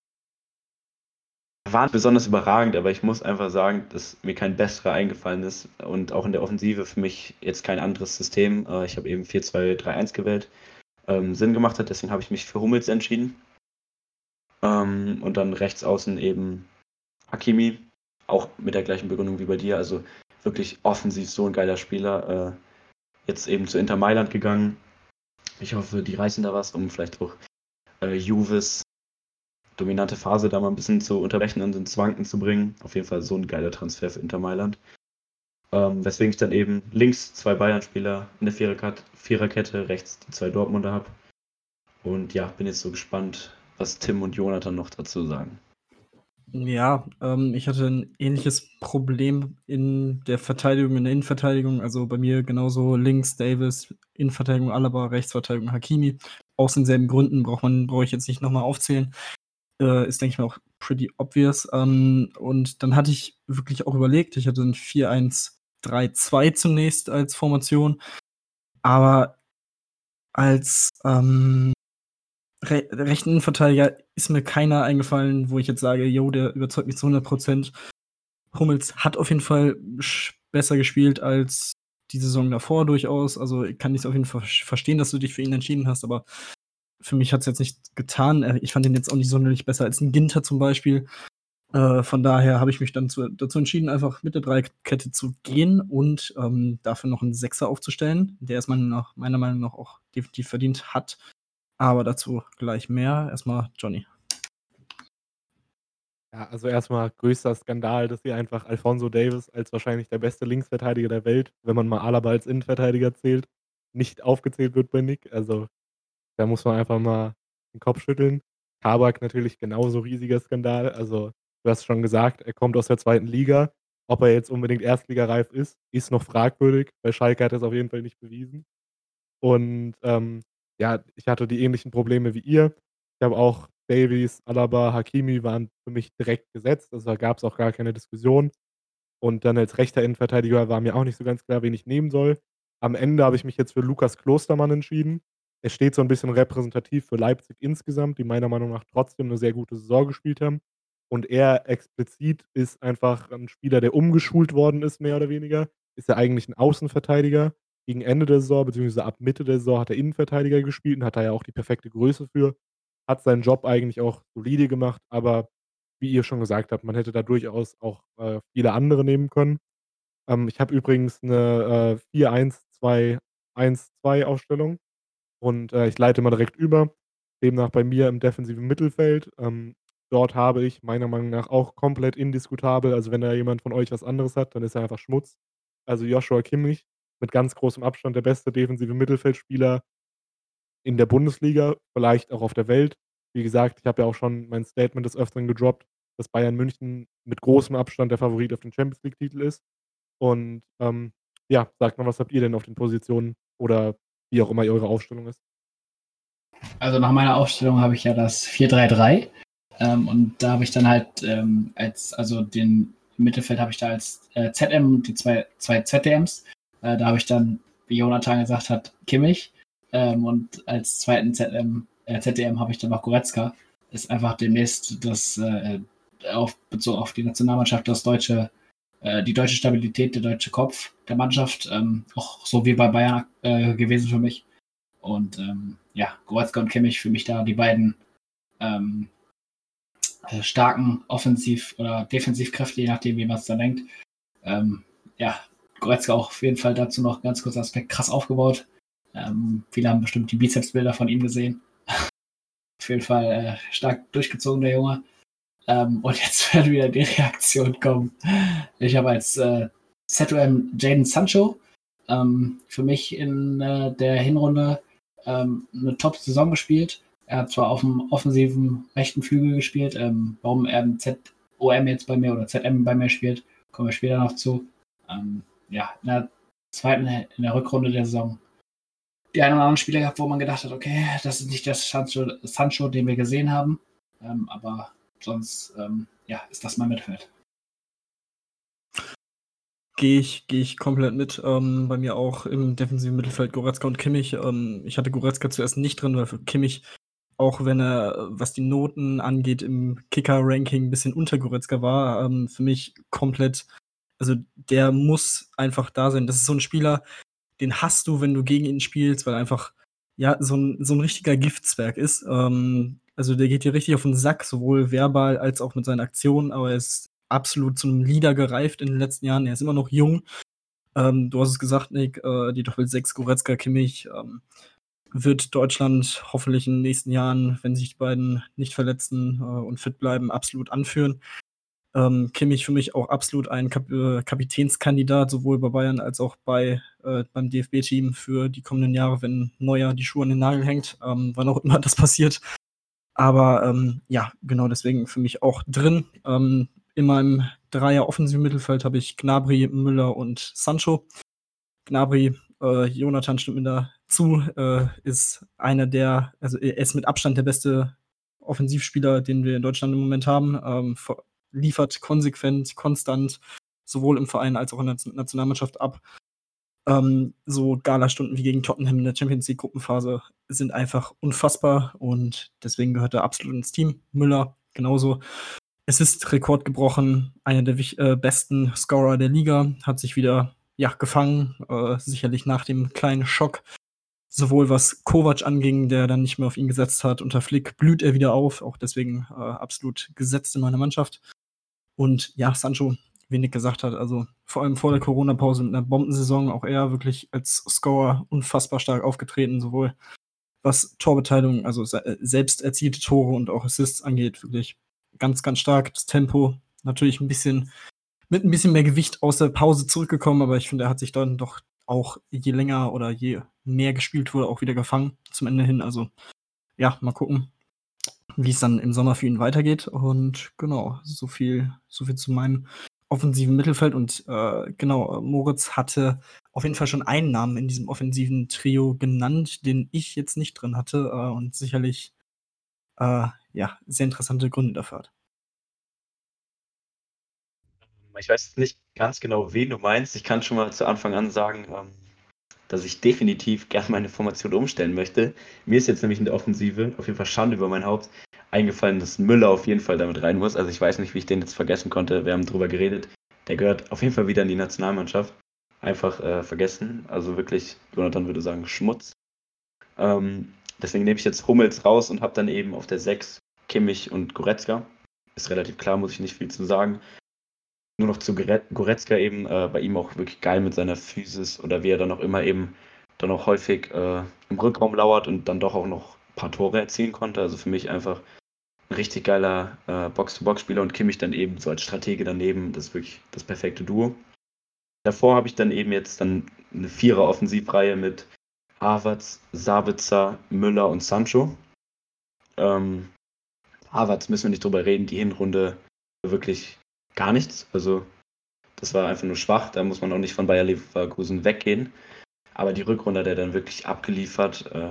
War nicht besonders überragend, aber ich muss einfach sagen, dass mir kein besserer eingefallen ist und auch in der Offensive für mich jetzt kein anderes System. Äh, ich habe eben vier zwei drei eins gewählt. Ähm, Sinn gemacht hat, deswegen habe ich mich für Hummels entschieden. Ähm, und dann rechts außen eben Hakimi, auch mit der gleichen Begründung wie bei dir. Also wirklich offensiv so ein geiler Spieler. Äh, jetzt eben zu Inter Mailand gegangen. Ich hoffe, die reißen da was, um vielleicht auch äh, Juves dominante Phase da mal ein bisschen zu unterbrechen und ins Wanken zu bringen. Auf jeden Fall so ein geiler Transfer für Inter Mailand. Ähm, weswegen ich dann eben links zwei Bayern-Spieler in der Viererkette, Viererkette rechts die zwei Dortmunder habe. Und ja, bin jetzt so gespannt, was Tim und Jonathan noch dazu sagen. Ja, ähm, ich hatte ein ähnliches Problem in der Verteidigung, in der Innenverteidigung. Also, bei mir genauso links Davis, Innenverteidigung Alaba, Rechtsverteidigung Hakimi. Aus denselben Gründen braucht man brauche ich jetzt nicht noch mal aufzählen. Äh, ist, denke ich mal, auch pretty obvious. Ähm, und dann hatte ich wirklich auch überlegt, ich hatte 'n vier eins drei zwei zunächst als Formation, aber als, ähm, re rechten Innenverteidiger ist mir keiner eingefallen, wo ich jetzt sage: „Jo, der überzeugt mich zu hundert Prozent." Hummels hat auf jeden Fall sch besser gespielt als die Saison davor durchaus. Also, kann ich's auf jeden Fall versch verstehen, dass du dich für ihn entschieden hast, aber für mich hat's jetzt nicht getan. Äh, ich fand ihn jetzt auch nicht sonderlich besser als 'n Ginter zum Beispiel. Äh, von daher habe ich mich dann zu dazu entschieden, einfach mit der Dreierkette zu gehen und, ähm, dafür noch 'n Sechser aufzustellen, der es meiner nach meiner Meinung nach auch definitiv verdient hat. Aber dazu gleich mehr. Erst mal Johnny. Ja, also erstmal größter Skandal, dass ihr einfach Alphonso Davies als wahrscheinlich der beste Linksverteidiger der Welt, wenn man mal Alaba als Innenverteidiger zählt, nicht aufgezählt wird bei Nick. Also, da muss man einfach mal den Kopf schütteln. Kabak natürlich genauso riesiger Skandal. Also, du hast schon gesagt, er kommt aus der zweiten Liga. Ob er jetzt unbedingt erstligareif ist, ist noch fragwürdig. Bei Schalke hat er's auf jeden Fall nicht bewiesen. Und, ähm, ja, ich hatte die ähnlichen Probleme wie ihr. Ich habe auch Davies, Alaba, Hakimi waren für mich direkt gesetzt. Also, da gab's auch gar keine Diskussion. Und dann als rechter Innenverteidiger war mir auch nicht so ganz klar, wen ich nehmen soll. Am Ende habe ich mich jetzt für Lukas Klostermann entschieden. Er steht so 'n bisschen repräsentativ für Leipzig insgesamt, die meiner Meinung nach trotzdem 'ne sehr gute Saison gespielt haben. Und er explizit ist einfach 'n Spieler, der umgeschult worden ist, mehr oder weniger. Ist ja eigentlich 'n Außenverteidiger. Gegen Ende der Saison beziehungsweise ab Mitte der Saison hat er Innenverteidiger gespielt und hat da ja auch die perfekte Größe für. Hat seinen Job eigentlich auch solide gemacht, aber wie ihr schon gesagt habt, man hätte da durchaus auch, äh, viele andere nehmen können. Ähm, ich habe übrigens 'ne, äh, vier eins zwei eins zwei Aufstellung und, äh, ich leite mal direkt über. Demnach bei mir im defensiven Mittelfeld. Ähm, dort habe ich meiner Meinung nach auch komplett indiskutabel, also wenn da jemand von euch was anderes hat, dann ist er einfach Schmutz. Also Joshua Kimmich mit ganz großem Abstand der beste defensive Mittelfeldspieler in der Bundesliga, vielleicht auch auf der Welt. Wie gesagt, ich habe ja auch schon mein Statement des Öfteren gedroppt, dass Bayern München mit großem Abstand der Favorit auf den Champions-League-Titel ist. Und, ähm, ja, sagt mal, was habt ihr denn auf den Positionen oder wie auch immer eure Aufstellung ist? Also nach meiner Aufstellung habe ich ja das vier drei drei. Ähm, und da habe ich dann halt ähm, als, also den im Mittelfeld habe ich da als äh, Z M und die zwei, zwei Z D Ms. Äh, da habe ich dann, wie Jonathan gesagt hat, Kimmich. Ähm, und als zweiten Z M, äh, Z D M habe ich dann noch Goretzka. Ist einfach demnächst das, äh, auf, bezogen auf die Nationalmannschaft, das deutsche, äh, die deutsche Stabilität, der deutsche Kopf der Mannschaft. Ähm, auch so wie bei Bayern äh, gewesen für mich. Und ähm, ja, Goretzka und Kimmich für mich da die beiden ähm, äh, starken Offensiv- oder Defensivkräfte, je nachdem, wie man es dann denkt. Ähm, ja, Goretzka auch auf jeden Fall dazu noch ganz kurzer Aspekt, krass aufgebaut. Ähm, viele haben bestimmt die Bizepsbilder von ihm gesehen. Auf jeden Fall äh, stark durchgezogen, der Junge. Ähm, und jetzt wird wieder die Reaktion kommen. Ich habe als äh, Z O M Jadon Sancho ähm, für mich in äh, der Hinrunde ähm, eine Top-Saison gespielt. Er hat zwar auf dem offensiven rechten Flügel gespielt, ähm, warum er im Z O M jetzt bei mir oder Z M bei mir spielt, kommen wir später noch zu. Ähm, ja, in der zweiten, in der Rückrunde der Saison die einen oder anderen Spieler gehabt, wo man gedacht hat, okay, das ist nicht der Sancho, Sancho den wir gesehen haben. Ähm, aber sonst, ähm, ja, ist das mein Mittelfeld. Gehe ich gehe ich komplett mit. Ähm, bei mir auch im defensiven Mittelfeld Goretzka und Kimmich. Ähm, ich hatte Goretzka zuerst nicht drin, weil für Kimmich, auch wenn er, äh, was die Noten angeht, im Kicker-Ranking 'n bisschen unter Goretzka war, ähm, für mich komplett, also der muss einfach da sein. Das ist so 'n Spieler, den hasst du, wenn du gegen ihn spielst, weil er einfach, ja, so 'n so 'n richtiger Giftzwerg ist. Ähm, also der geht dir richtig auf 'n Sack, sowohl verbal als auch mit seinen Aktionen, aber er ist absolut zu 'nem Leader gereift in den letzten Jahren. Er ist immer noch jung. Ähm, du hast es gesagt, Nick, äh, die Doppel-Sechs Goretzka, Kimmich, ähm, wird Deutschland hoffentlich in den nächsten Jahren, wenn sich die beiden nicht verletzen, äh, und fit bleiben, absolut anführen. Ähm, Kimmich für mich auch absolut ein Kap äh, Kapitänskandidat, sowohl bei Bayern als auch bei äh, beim D F B-Team für die kommenden Jahre, wenn Neuer die Schuhe an den Nagel hängt, ähm, wann auch immer das passiert. Aber ähm, ja, genau deswegen für mich auch drin. Ähm, in meinem Dreier offensiven Mittelfeld habe ich Gnabry, Müller und Sancho. Gnabry, äh, Jonathan stimmt mir dazu, äh, ist einer der, also er ist mit Abstand der beste Offensivspieler, den wir in Deutschland im Moment haben. Ähm, ver- liefert konsequent, konstant, sowohl im Verein als auch in der Nation- Nationalmannschaft ab. Ähm, so Galastunden wie gegen Tottenham in der Champions League Gruppenphase sind einfach unfassbar und deswegen gehört er absolut ins Team. Müller genauso. Es ist Rekord gebrochen, einer der wich äh, besten Scorer der Liga, hat sich wieder, ja, gefangen, äh, sicherlich nach dem kleinen Schock, sowohl was Kovac anging, der dann nicht mehr auf ihn gesetzt hat. Unter Flick blüht er wieder auf, auch deswegen äh, absolut gesetzt in meiner Mannschaft. Und ja, Sancho, wie Nick gesagt hat, also vor allem vor der Corona-Pause mit einer Bombensaison, auch er wirklich als Scorer unfassbar stark aufgetreten, sowohl was Torbeteiligung, also se äh, selbst erzielte Tore und auch Assists angeht, wirklich ganz, ganz stark. Das Tempo natürlich ein bisschen mit ein bisschen mehr Gewicht aus der Pause zurückgekommen, aber ich finde, er hat sich dann doch auch je länger oder je mehr gespielt wurde, auch wieder gefangen zum Ende hin. Also ja, mal gucken, wie es dann im Sommer für ihn weitergeht. Und genau, so viel, so viel zu meinem offensiven Mittelfeld. Und äh, genau, Moritz hatte auf jeden Fall schon einen Namen in diesem offensiven Trio genannt, den ich jetzt nicht drin hatte äh, und sicherlich äh, ja, sehr interessante Gründe dafür hat. Ich weiß nicht ganz genau, wen du meinst. Ich kann schon mal zu Anfang an sagen, ähm, dass ich definitiv gerne meine Formation umstellen möchte. Mir ist jetzt nämlich in der Offensive, auf jeden Fall Schande über mein Haupt, eingefallen, dass Müller auf jeden Fall damit rein muss. Also ich weiß nicht, wie ich den jetzt vergessen konnte. Wir haben drüber geredet. Der gehört auf jeden Fall wieder in die Nationalmannschaft. Einfach äh, vergessen. Also wirklich, Jonathan würde sagen, Schmutz. Ähm, deswegen nehme ich jetzt Hummels raus und habe dann eben auf der sechs Kimmich und Goretzka. Ist relativ klar, muss ich nicht viel zu sagen. Nur noch zu Gore- Goretzka eben, äh, bei ihm auch wirklich geil mit seiner Physis oder wie er dann auch immer eben dann auch häufig äh, im Rückraum lauert und dann doch auch noch ein paar Tore erzielen konnte. Also für mich einfach ein richtig geiler äh, Box-to-Box-Spieler und Kimmich dann eben so als Stratege daneben. Das ist wirklich das perfekte Duo. Davor habe ich dann eben jetzt dann eine Vierer-Offensivreihe mit Havertz, Sabitzer, Müller und Sancho. Ähm, Havertz müssen wir nicht drüber reden, die Hinrunde wirklich gar nichts. Also das war einfach nur schwach, da muss man auch nicht von Bayer Leverkusen weggehen. Aber die Rückrunde hat er dann wirklich abgeliefert, äh,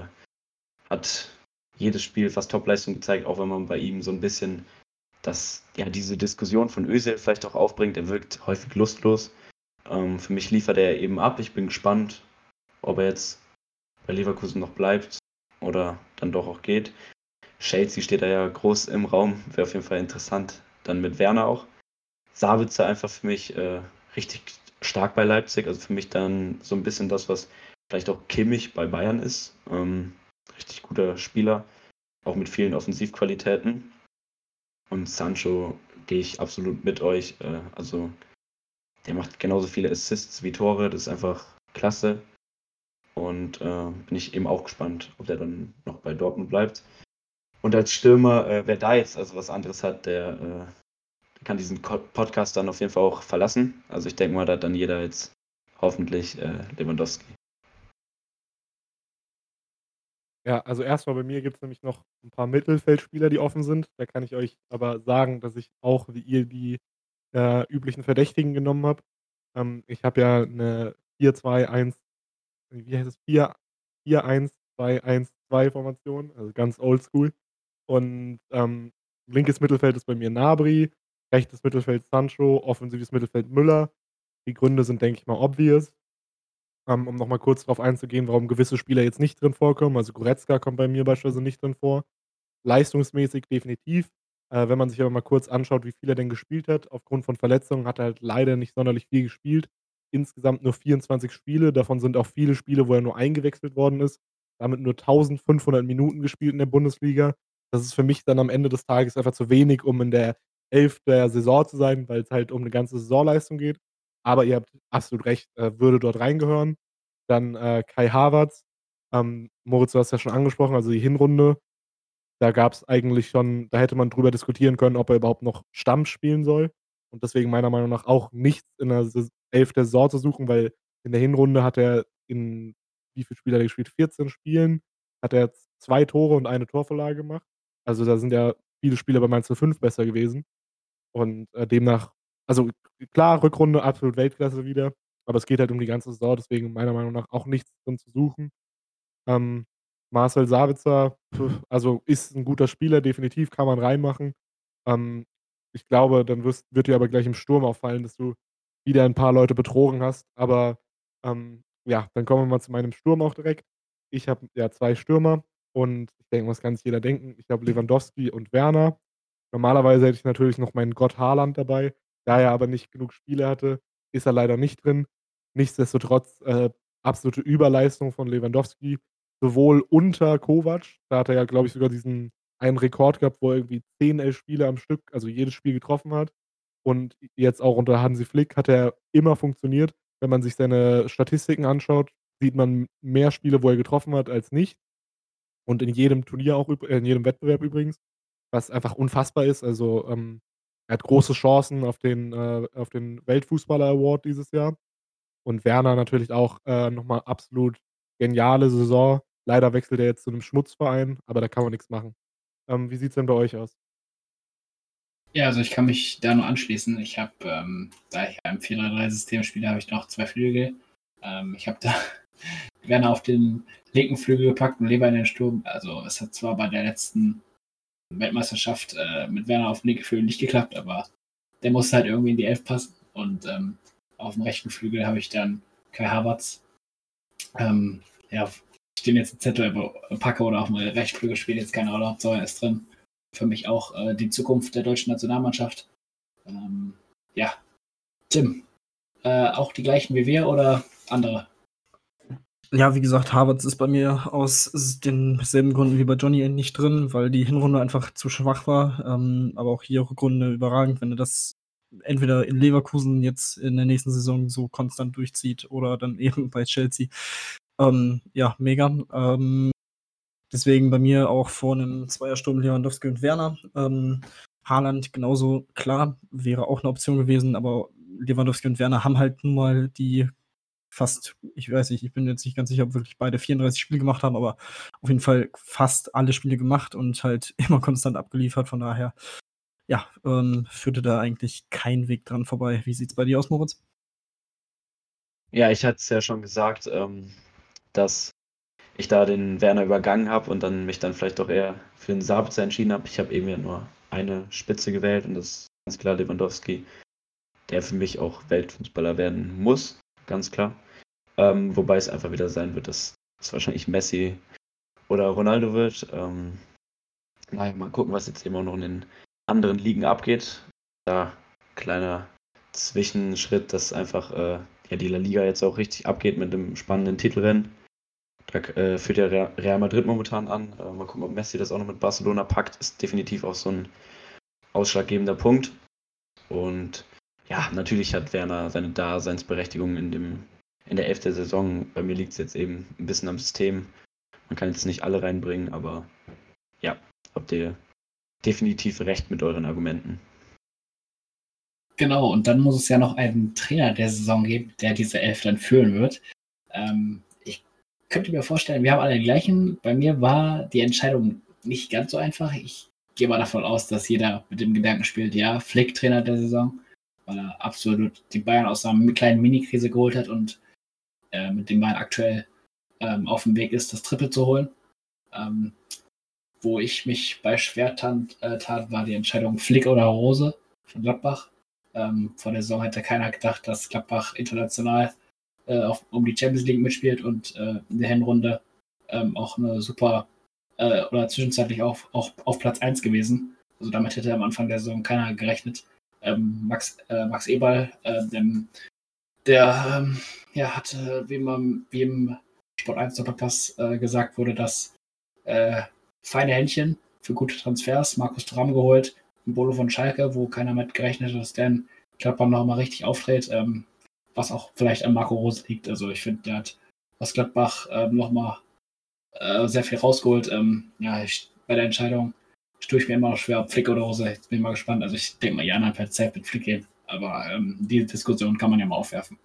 hat jedes Spiel fast Topleistung gezeigt, auch wenn man bei ihm so ein bisschen das, ja, diese Diskussion von Özil vielleicht auch aufbringt. Er wirkt häufig lustlos. Ähm, für mich liefert er eben ab. Ich bin gespannt, ob er jetzt bei Leverkusen noch bleibt oder dann doch auch geht. Chelsea steht da ja groß im Raum, wäre auf jeden Fall interessant. Dann mit Werner auch. Sabitzer einfach für mich äh, richtig stark bei Leipzig. Also für mich dann so ein bisschen das, was vielleicht auch Kimmich bei Bayern ist. Ähm, richtig guter Spieler, auch mit vielen Offensivqualitäten. Und Sancho gehe ich absolut mit euch. Äh, also der macht genauso viele Assists wie Tore. Das ist einfach klasse. Und äh, bin ich eben auch gespannt, ob der dann noch bei Dortmund bleibt. Und als Stürmer, äh, wer da jetzt also was anderes hat, der äh, kann diesen Ko- Podcast dann auf jeden Fall auch verlassen. Also ich denke mal, da hat dann jeder jetzt hoffentlich äh, Lewandowski. Ja, also erstmal bei mir gibt es nämlich noch ein paar Mittelfeldspieler, die offen sind. Da kann ich euch aber sagen, dass ich auch wie ihr die äh, üblichen Verdächtigen genommen habe. Ähm, ich habe ja eine vier zwei eins, wie heißt es? vier vier eins zwei eins zwei Formation, also ganz oldschool. Und ähm, linkes Mittelfeld ist bei mir Gnabry, rechtes Mittelfeld Sancho, offensives Mittelfeld Müller. Die Gründe sind, denke ich mal, obvious. Ähm, um noch mal kurz drauf einzugehen, warum gewisse Spieler jetzt nicht drin vorkommen. Also Goretzka kommt bei mir beispielsweise nicht drin vor. Leistungsmäßig definitiv. Äh, wenn man sich aber mal kurz anschaut, wie viel er denn gespielt hat, aufgrund von Verletzungen hat er halt leider nicht sonderlich viel gespielt. Insgesamt nur vierundzwanzig Spiele, davon sind auch viele Spiele, wo er nur eingewechselt worden ist. Damit nur eintausendfünfhundert Minuten gespielt in der Bundesliga. Das ist für mich dann am Ende des Tages einfach zu wenig, um in der Elf der Saison zu sein, weil es halt um eine ganze Saisonleistung geht. Aber ihr habt absolut recht, äh, würde dort reingehören. Dann äh, Kai Havertz. Ähm, Moritz, du hast ja schon angesprochen, also die Hinrunde, da gab es eigentlich schon, da hätte man drüber diskutieren können, ob er überhaupt noch Stamm spielen soll. und deswegen meiner Meinung nach auch nichts in der Sa Elf der Saison zu suchen, weil in der Hinrunde hat er in wie viele Spiele hat er gespielt? vierzehn Spielen, hat er z zwei Tore und eine Torvorlage gemacht. Also, da sind ja viele Spiele bei Mainz null fünf besser gewesen und, äh, demnach also, klar, Rückrunde absolut Weltklasse wieder, aber es geht halt um die ganze Saison, deswegen meiner Meinung nach auch nichts drin zu suchen. Ähm, Marcel Sabitzer, puh, also ist 'n guter Spieler, definitiv, kann man reinmachen. Ähm, ich glaube, dann wirst wird dir aber gleich im Sturm auffallen, dass du wieder 'n paar Leute betrogen hast. Aber, ähm, ja, dann kommen wir mal zu meinem Sturm auch direkt. Ich habe ja zwei Stürmer und ich denke mal, das kann sich jeder denken. Ich habe Lewandowski und Werner. Normalerweise hätte ich natürlich noch meinen Gott Haaland dabei. Da er aber nicht genug Spiele hatte, ist er leider nicht drin. Nichtsdestotrotz, äh, absolute Überleistung von Lewandowski, sowohl unter Kovac, da hat er ja, glaube ich, sogar diesen einen Rekord gehabt, wo er irgendwie zehn, elf Spiele am Stück, also jedes Spiel getroffen hat. Und jetzt auch unter Hansi Flick hat er immer funktioniert. Wenn man sich seine Statistiken anschaut, sieht man mehr Spiele, wo er getroffen hat, als nicht. Und in jedem Turnier auch üb äh, in jedem Wettbewerb übrigens, was einfach unfassbar ist. Also, ähm, er hat große Chancen auf den äh, auf den Weltfußballer Award dieses Jahr. Und Werner natürlich auch, äh, noch mal absolut geniale Saison. Leider wechselt er jetzt zu 'nem Schmutzverein, aber da kann man nix machen. Ähm, wie sieht's denn bei euch aus? Ja, also ich kann mich da nur anschließen. Ich habe, ähm, da ich ja im vier drei drei System spiele, habe ich noch zwei Flügel. Ähm, ich habe da Werner auf den linken Flügel gepackt und Leber in den Sturm. Also es hat zwar bei der letzten Weltmeisterschaft äh, mit Werner auf dem linken Flügel nicht geklappt, aber der musste halt irgendwie in die Elf passen. Und ähm, auf dem rechten Flügel habe ich dann Kai Havertz. Ähm, ja, ob ich den jetzt einen Zettel packe oder auf dem rechten Flügel spielt jetzt keine Rolle. Hauptsache er ist drin. Für mich auch äh, die Zukunft der deutschen Nationalmannschaft. Ähm, ja, Tim, äh, auch die gleichen wie wir oder andere? Ja, wie gesagt, Havertz ist bei mir aus s denselben Gründen wie bei Johnny nicht drin, weil die Hinrunde einfach zu schwach war. Ähm, aber auch hier Rückrunde überragend, wenn er das entweder in Leverkusen jetzt in der nächsten Saison so konstant durchzieht oder dann eben bei Chelsea. Ähm, ja, mega. Ähm, deswegen bei mir auch vor 'nem Zweiersturm Lewandowski und Werner. Ähm, Haaland genauso, klar, wäre auch 'ne Option gewesen, aber Lewandowski und Werner haben halt nun mal die fast ich weiß nicht, ich bin jetzt nicht ganz sicher, ob wirklich beide vierunddreißig Spiele gemacht haben, aber auf jeden Fall fast alle Spiele gemacht und halt immer konstant abgeliefert. Von daher, ja, ähm, führte da eigentlich kein Weg dran vorbei. Wie sieht's bei dir aus, Moritz? Ja, ich hatte es ja schon gesagt, ähm, dass ich da den Werner übergangen habe und dann mich dann vielleicht doch eher für den Sabitzer entschieden habe. Ich habe eben ja nur eine Spitze gewählt und das ist ganz klar Lewandowski, der für mich auch Weltfußballer werden muss, ganz klar. Ähm, wobei es einfach wieder sein wird, dass es wahrscheinlich Messi oder Ronaldo wird. Ähm, naja, mal gucken, was jetzt eben auch noch in den anderen Ligen abgeht. Da kleiner Zwischenschritt, dass einfach äh, ja, die La Liga jetzt auch richtig abgeht mit einem spannenden Titelrennen. Da äh, führt ja Real Real Madrid momentan an. Äh, mal gucken, ob Messi das auch noch mit Barcelona packt. Ist definitiv auch so ein ausschlaggebender Punkt. Und ja, natürlich hat Werner seine Daseinsberechtigung in, dem, in der Elf der Saison. Bei mir liegt es jetzt eben ein bisschen am System. Man kann jetzt nicht alle reinbringen, aber ja, habt ihr definitiv recht mit euren Argumenten. Genau, und dann muss es ja noch einen Trainer der Saison geben, der diese Elf dann führen wird. Ähm, ich könnte mir vorstellen, wir haben alle den gleichen. Bei mir war die Entscheidung nicht ganz so einfach. Ich gehe mal davon aus, dass jeder mit dem Gedanken spielt, ja, Flick Trainer der Saison, weil er absolut die Bayern aus einer kleinen Mini-Krise geholt hat und äh, mit dem Bayern aktuell ähm, auf dem Weg ist, das Triple zu holen. Ähm, wo ich mich bei schwer tat, äh, tat, war die Entscheidung Flick oder Rose von Gladbach. Ähm, vor der Saison hätte keiner gedacht, dass Gladbach international äh, auf, um die Champions League mitspielt und äh, in der Hinrunde ähm, auch eine super äh, oder zwischenzeitlich auch, auch auf Platz eins gewesen. Also damit hätte am Anfang der Saison keiner gerechnet. Ähm, Max, äh, Max Eberl, äh, dem, der ähm, ja, hat, äh, wie, man, wie im Sport eins Doppelpass äh, gesagt wurde, dass äh, feine Händchen für gute Transfers, Markus Thuram geholt, Bolo von Schalke, wo keiner mit gerechnet hat, dass der in Gladbach noch mal richtig auftritt, ähm, was auch vielleicht an Marco Rose liegt. Also ich finde, der hat aus Gladbach ähm, noch mal äh, sehr viel rausgeholt. Ähm, ja, ich, bei der Entscheidung tue ich mir immer noch schwer, ob Flick oder Rose. Jetzt bin ich mal gespannt. Also ich denke mal, die anderen per Zeit mit Flick gehen. Aber ähm, die Diskussion kann man ja mal aufwerfen.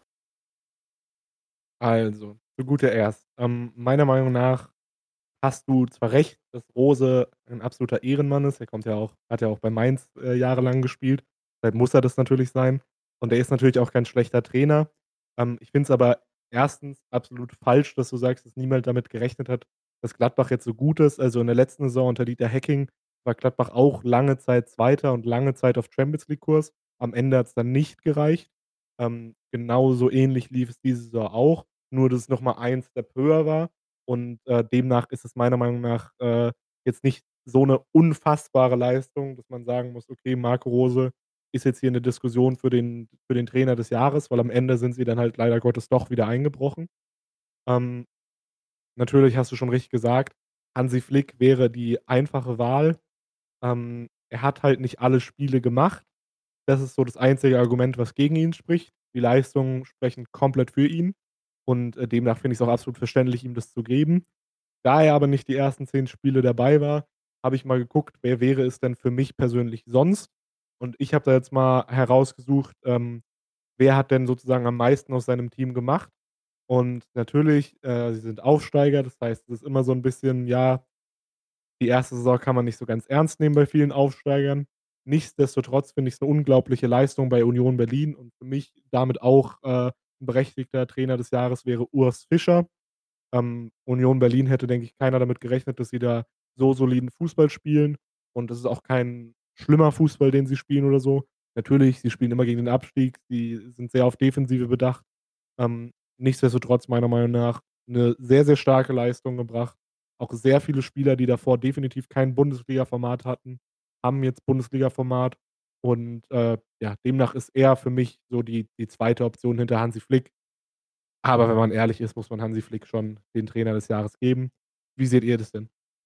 Also, zu guter Erst. Ähm, meiner Meinung nach hast du zwar recht, dass Rose ein absoluter Ehrenmann ist. Er kommt ja auch hat ja auch bei Mainz, äh, jahrelang gespielt. Deshalb muss er das natürlich sein. Und er ist natürlich auch kein schlechter Trainer. Ähm, ich finde es aber erstens absolut falsch, dass du sagst, dass niemand damit gerechnet hat, dass Gladbach jetzt so gut ist. Also, in der letzten Saison unter Dieter Hecking war Gladbach auch lange Zeit Zweiter und lange Zeit auf Champions-League-Kurs. Am Ende hat's dann nicht gereicht. Ähm, genauso ähnlich lief es diese Saison auch, nur dass es noch mal ein Step höher war. Und, äh, demnach ist es meiner Meinung nach, äh, jetzt nicht so 'ne unfassbare Leistung, dass man sagen muss: „Okay, Marco Rose ist jetzt hier in der Diskussion für den für den Trainer des Jahres“, weil am Ende sind sie dann halt leider Gottes doch wieder eingebrochen. Ähm, natürlich hast du schon richtig gesagt, Hansi Flick wäre die einfache Wahl. Ähm, er hat halt nicht alle Spiele gemacht. Das ist so das einzige Argument, was gegen ihn spricht. Die Leistungen sprechen komplett für ihn und, äh, demnach finde ich's auch absolut verständlich, ihm das zu geben. Da er aber nicht die ersten zehn Spiele dabei war, habe ich mal geguckt, wer wäre es denn für mich persönlich sonst? Und ich habe da jetzt mal herausgesucht, ähm, wer hat denn sozusagen am meisten aus seinem Team gemacht? Und natürlich, äh, sie sind Aufsteiger, das heißt, es ist immer so 'n bisschen, ja, die erste Saison kann man nicht so ganz ernst nehmen bei vielen Aufsteigern. Nichtsdestotrotz finde ich's 'ne unglaubliche Leistung bei Union Berlin und für mich damit auch, äh, 'n berechtigter Trainer des Jahres wäre Urs Fischer. Ähm, Union Berlin hätte, denke ich, keiner damit gerechnet, dass sie da so soliden Fußball spielen und das ist auch kein schlimmer Fußball, den sie spielen oder so. Natürlich, sie spielen immer gegen den Abstieg, sie sind sehr auf Defensive bedacht. Ähm, nichtsdestotrotz meiner Meinung nach 'ne sehr, sehr starke Leistung gebracht. Auch sehr viele Spieler, die davor definitiv kein Bundesliga-Format hatten, haben jetzt Bundesliga-Format und, äh, ja, demnach ist er für mich so die die zweite Option hinter Hansi Flick. Aber wenn man ehrlich ist, muss man Hansi Flick schon den Trainer des Jahres geben. Wie seht ihr das denn?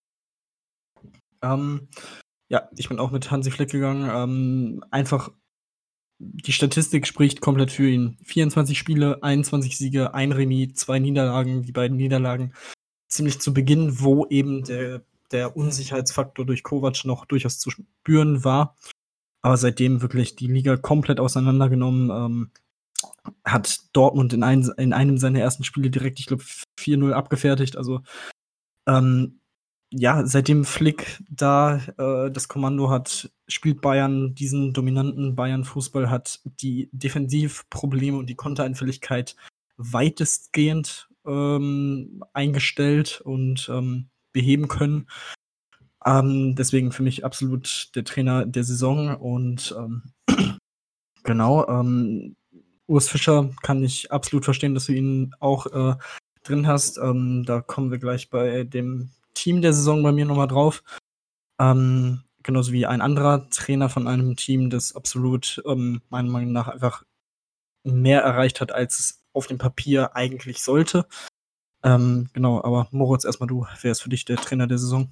Ähm, ja, ich bin auch mit Hansi Flick gegangen. Ähm, einfach die Statistik spricht komplett für ihn. vierundzwanzig Spiele, einundzwanzig Siege, ein Remis, zwei Niederlagen. Die beiden Niederlagen ziemlich zu Beginn, wo eben der der Unsicherheitsfaktor durch Kovac noch durchaus zu spüren war. Aber seitdem wirklich die Liga komplett auseinandergenommen, ähm, hat Dortmund in ein in einem seiner ersten Spiele direkt, ich glaube, vier null abgefertigt. Also, ähm, ja, seitdem Flick da, äh, das Kommando hat, spielt Bayern diesen dominanten Bayern-Fußball, hat die Defensivprobleme und die Konteranfälligkeit weitestgehend, ähm, eingestellt und, ähm, beheben können. Ähm, deswegen für mich absolut der Trainer der Saison und, ähm, genau, ähm, Urs Fischer kann ich absolut verstehen, dass du ihn auch, äh, drin hast. Ähm, da kommen wir gleich bei dem Team der Saison bei mir noch mal drauf. Ähm, genauso wie ein anderer Trainer von einem Team, das absolut, ähm, meiner Meinung nach einfach mehr erreicht hat, als es auf dem Papier eigentlich sollte. Ähm, genau, aber Moritz, erst mal du. Wer ist für dich der Trainer der Saison?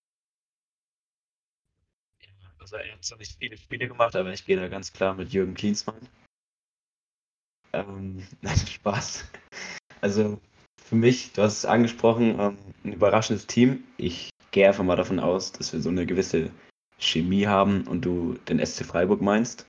Also, er hat zwar nicht viele Spiele gemacht, aber ich gehe da ganz klar mit Jürgen Klinsmann. Ähm, nein, Spaß. Also, für mich, du hast es angesprochen, ähm, 'n überraschendes Team. Ich gehe einfach mal davon aus, dass wir so 'ne gewisse Chemie haben und du den S C Freiburg meinst.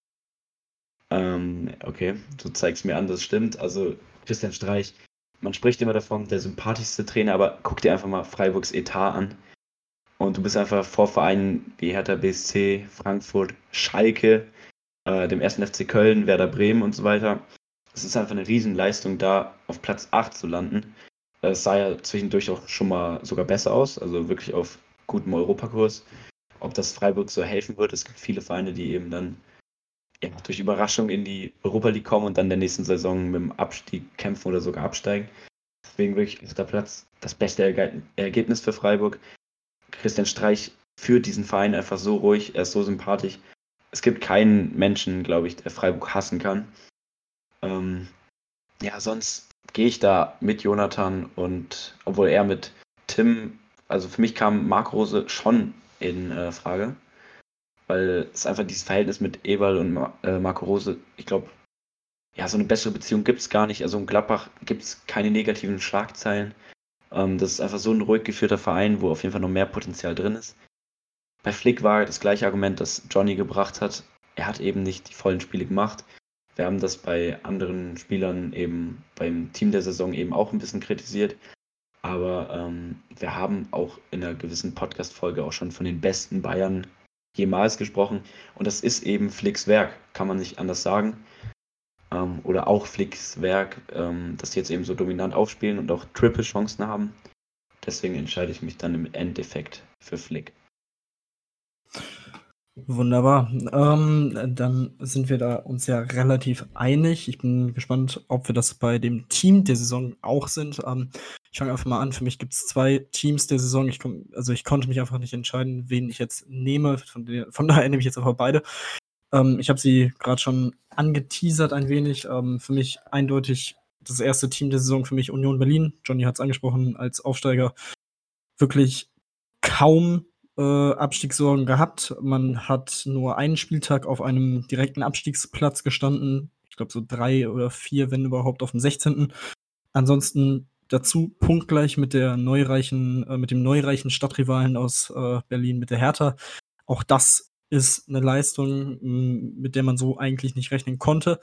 Ähm, okay, du zeigst mir an, das stimmt. Also, Christian Streich, man spricht immer davon, der sympathischste Trainer, aber guck dir einfach mal Freiburgs Etat an. Und du bist einfach vor Vereinen wie Hertha B S C, Frankfurt, Schalke, äh, dem ersten F C Köln, Werder Bremen und so weiter. Es ist einfach 'ne Riesenleistung, da auf Platz acht zu landen. Es sah ja zwischendurch auch schon mal sogar besser aus, also wirklich auf gutem Europakurs. Ob das Freiburg so helfen wird, es gibt viele Vereine, die eben dann, ja, durch Überraschung in die Europa League kommen und dann in der nächsten Saison mit'm Abstieg kämpfen oder sogar absteigen. Deswegen wirklich achter Platz, das beste Ergei Ergebnis für Freiburg. Christian Streich führt diesen Verein einfach so ruhig, er ist so sympathisch. Es gibt keinen Menschen, glaube ich, der Freiburg hassen kann. Ähm, ja, sonst gehe ich da mit Jonathan und obwohl er mit Tim also, für mich kam Marco Rose schon in, äh, Frage, weil es einfach dieses Verhältnis mit Eberl und Ma äh, Marco Rose ich glaube, ja, so 'ne bessere Beziehung gibt's gar nicht. Also, in Gladbach gibt's keine negativen Schlagzeilen. Ähm, das ist einfach so 'n ruhig geführter Verein, wo auf jeden Fall noch mehr Potenzial drin ist. Bei Flick war das gleiche Argument, das Johnny gebracht hat. er hat eben nicht die vollen Spiele gemacht. Wir haben das bei anderen Spielern eben beim Team der Saison eben auch ein bisschen kritisiert. Aber ähm, wir haben auch in einer gewissen Podcast-Folge auch schon von den besten Bayern jemals gesprochen. Und das ist eben Flicks Werk, kann man nicht anders sagen. Ähm, oder auch Flicks Werk, ähm, dass sie jetzt eben so dominant aufspielen und auch Triple-Chancen haben. Deswegen entscheide ich mich dann im Endeffekt für Flick. Wunderbar. Ähm, dann sind wir da uns ja relativ einig. Ich bin gespannt, ob wir das bei dem Team der Saison auch sind. Ähm, ich fange einfach mal an. Für mich gibt es zwei Teams der Saison. Ich komm, also ich konnte mich einfach nicht entscheiden, wen ich jetzt nehme. Von, der, von daher nehme ich jetzt einfach beide. Ähm, ich habe sie gerade schon angeteasert ein wenig. Ähm, für mich eindeutig das erste Team der Saison für mich Union Berlin. Johnny hat es angesprochen, als Aufsteiger wirklich kaum äh, Abstiegssorgen gehabt. Man hat nur einen Spieltag auf einem direkten Abstiegsplatz gestanden. Ich glaube so drei oder vier, wenn überhaupt, auf dem sechzehnten Ansonsten dazu punktgleich mit der neureichen, äh, mit dem neureichen Stadtrivalen aus äh, Berlin, mit der Hertha. Auch das ist eine Leistung, m, mit der man so eigentlich nicht rechnen konnte.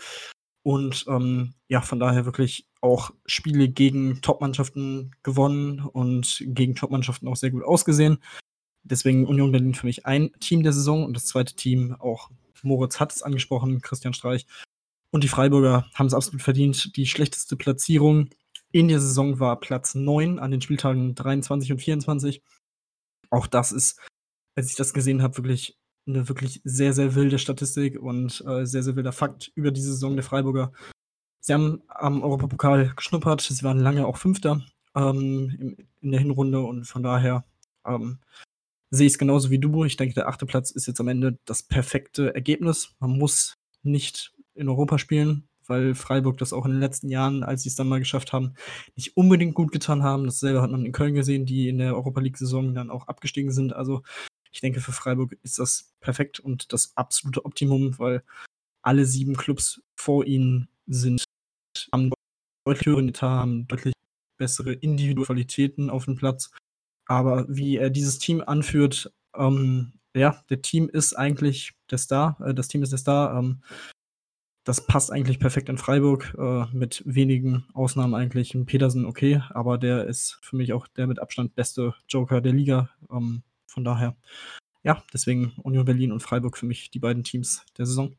Und ähm, ja, von daher wirklich auch Spiele gegen Top-Mannschaften gewonnen und gegen Top-Mannschaften auch sehr gut ausgesehen. Deswegen Union Berlin für mich ein Team der Saison und das zweite Team, auch Moritz hat es angesprochen, Christian Streich. Und die Freiburger haben es absolut verdient. Die schlechteste Platzierung in der Saison war Platz neun an den Spieltagen dreiundzwanzig und vierundzwanzig. Auch das ist, als ich das gesehen habe, wirklich eine wirklich sehr, sehr wilde Statistik und äh, sehr, sehr wilder Fakt über die Saison der Freiburger. Sie haben am Europapokal geschnuppert, sie waren lange auch Fünfter ähm, im, in der Hinrunde und von daher ähm, sehe ich es genauso wie du. Ich denke, der achte Platz ist jetzt am Ende das perfekte Ergebnis. Man muss nicht in Europa spielen, weil Freiburg das auch in den letzten Jahren, als sie es dann mal geschafft haben, nicht unbedingt gut getan haben. Dasselbe hat man in Köln gesehen, die in der Europa League-Saison dann auch abgestiegen sind. Also ich denke, für Freiburg ist das perfekt und das absolute Optimum, weil alle sieben Clubs vor ihnen sind, haben deutlich höheren Etat, haben deutlich bessere Individualitäten auf dem Platz. Aber wie er dieses Team anführt, ähm, ja, der Team ist eigentlich der Star, äh, das Team ist der Star. Ähm, das passt eigentlich perfekt in Freiburg, äh, mit wenigen Ausnahmen eigentlich. Ein Petersen okay, aber der ist für mich auch der mit Abstand beste Joker der Liga. Ähm, von daher, ja, deswegen Union Berlin und Freiburg für mich die beiden Teams der Saison.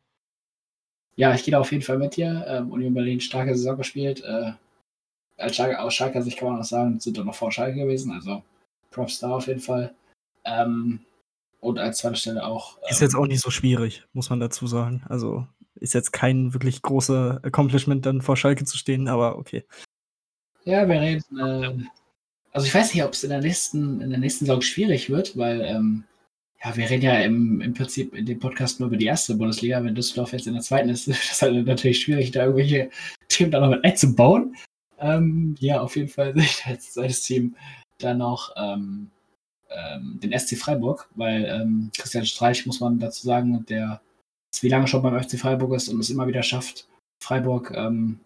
Ja, ich gehe da auf jeden Fall mit dir. Ähm, Union Berlin starke Saison gespielt. Äh, als Schalke, aus Schalker Sicht kann man auch sagen, sind doch noch vor Schalke gewesen. Also Props da auf jeden Fall. Ähm, und als zweite Stelle auch. Ist Ähm, jetzt auch nicht so schwierig, muss man dazu sagen. Also ist jetzt kein wirklich großer Accomplishment, dann vor Schalke zu stehen, aber okay. ja, wir reden. Äh, also ich weiß nicht, ob es in der nächsten, in der nächsten Saison schwierig wird, weil ähm, ja, wir reden ja im, im Prinzip in dem Podcast nur über die erste Bundesliga. Wenn Düsseldorf jetzt in der zweiten ist, ist das halt natürlich schwierig, da irgendwelche Themen da noch mit einzubauen. Ähm, ja, auf jeden Fall sehe ich als zweites Team dann noch ähm, ähm, den S C Freiburg, weil ähm, Christian Streich, muss man dazu sagen, der jetzt wie lange schon beim F C Freiburg ist und es immer wieder schafft, Freiburg ähm,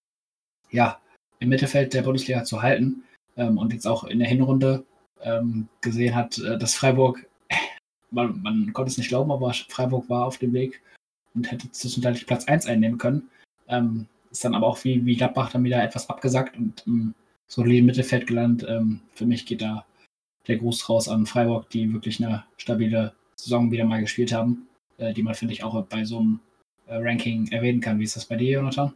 ja, im Mittelfeld der Bundesliga zu halten ähm, und jetzt auch in der Hinrunde ähm, gesehen hat, äh, dass Freiburg, man, man konnte es nicht glauben, aber Freiburg war auf dem Weg und hätte zwischenzeitlich Platz eins einnehmen können. Ähm, ist dann aber auch wie, wie Gladbach dann wieder etwas abgesackt und im soliden Mittelfeld gelandet. Ähm, für mich geht da der Gruß raus an Freiburg, die wirklich eine stabile Saison wieder mal gespielt haben, äh, die man, finde ich, auch bei so einem äh, Ranking erwähnen kann. Wie ist das bei dir, Jonathan?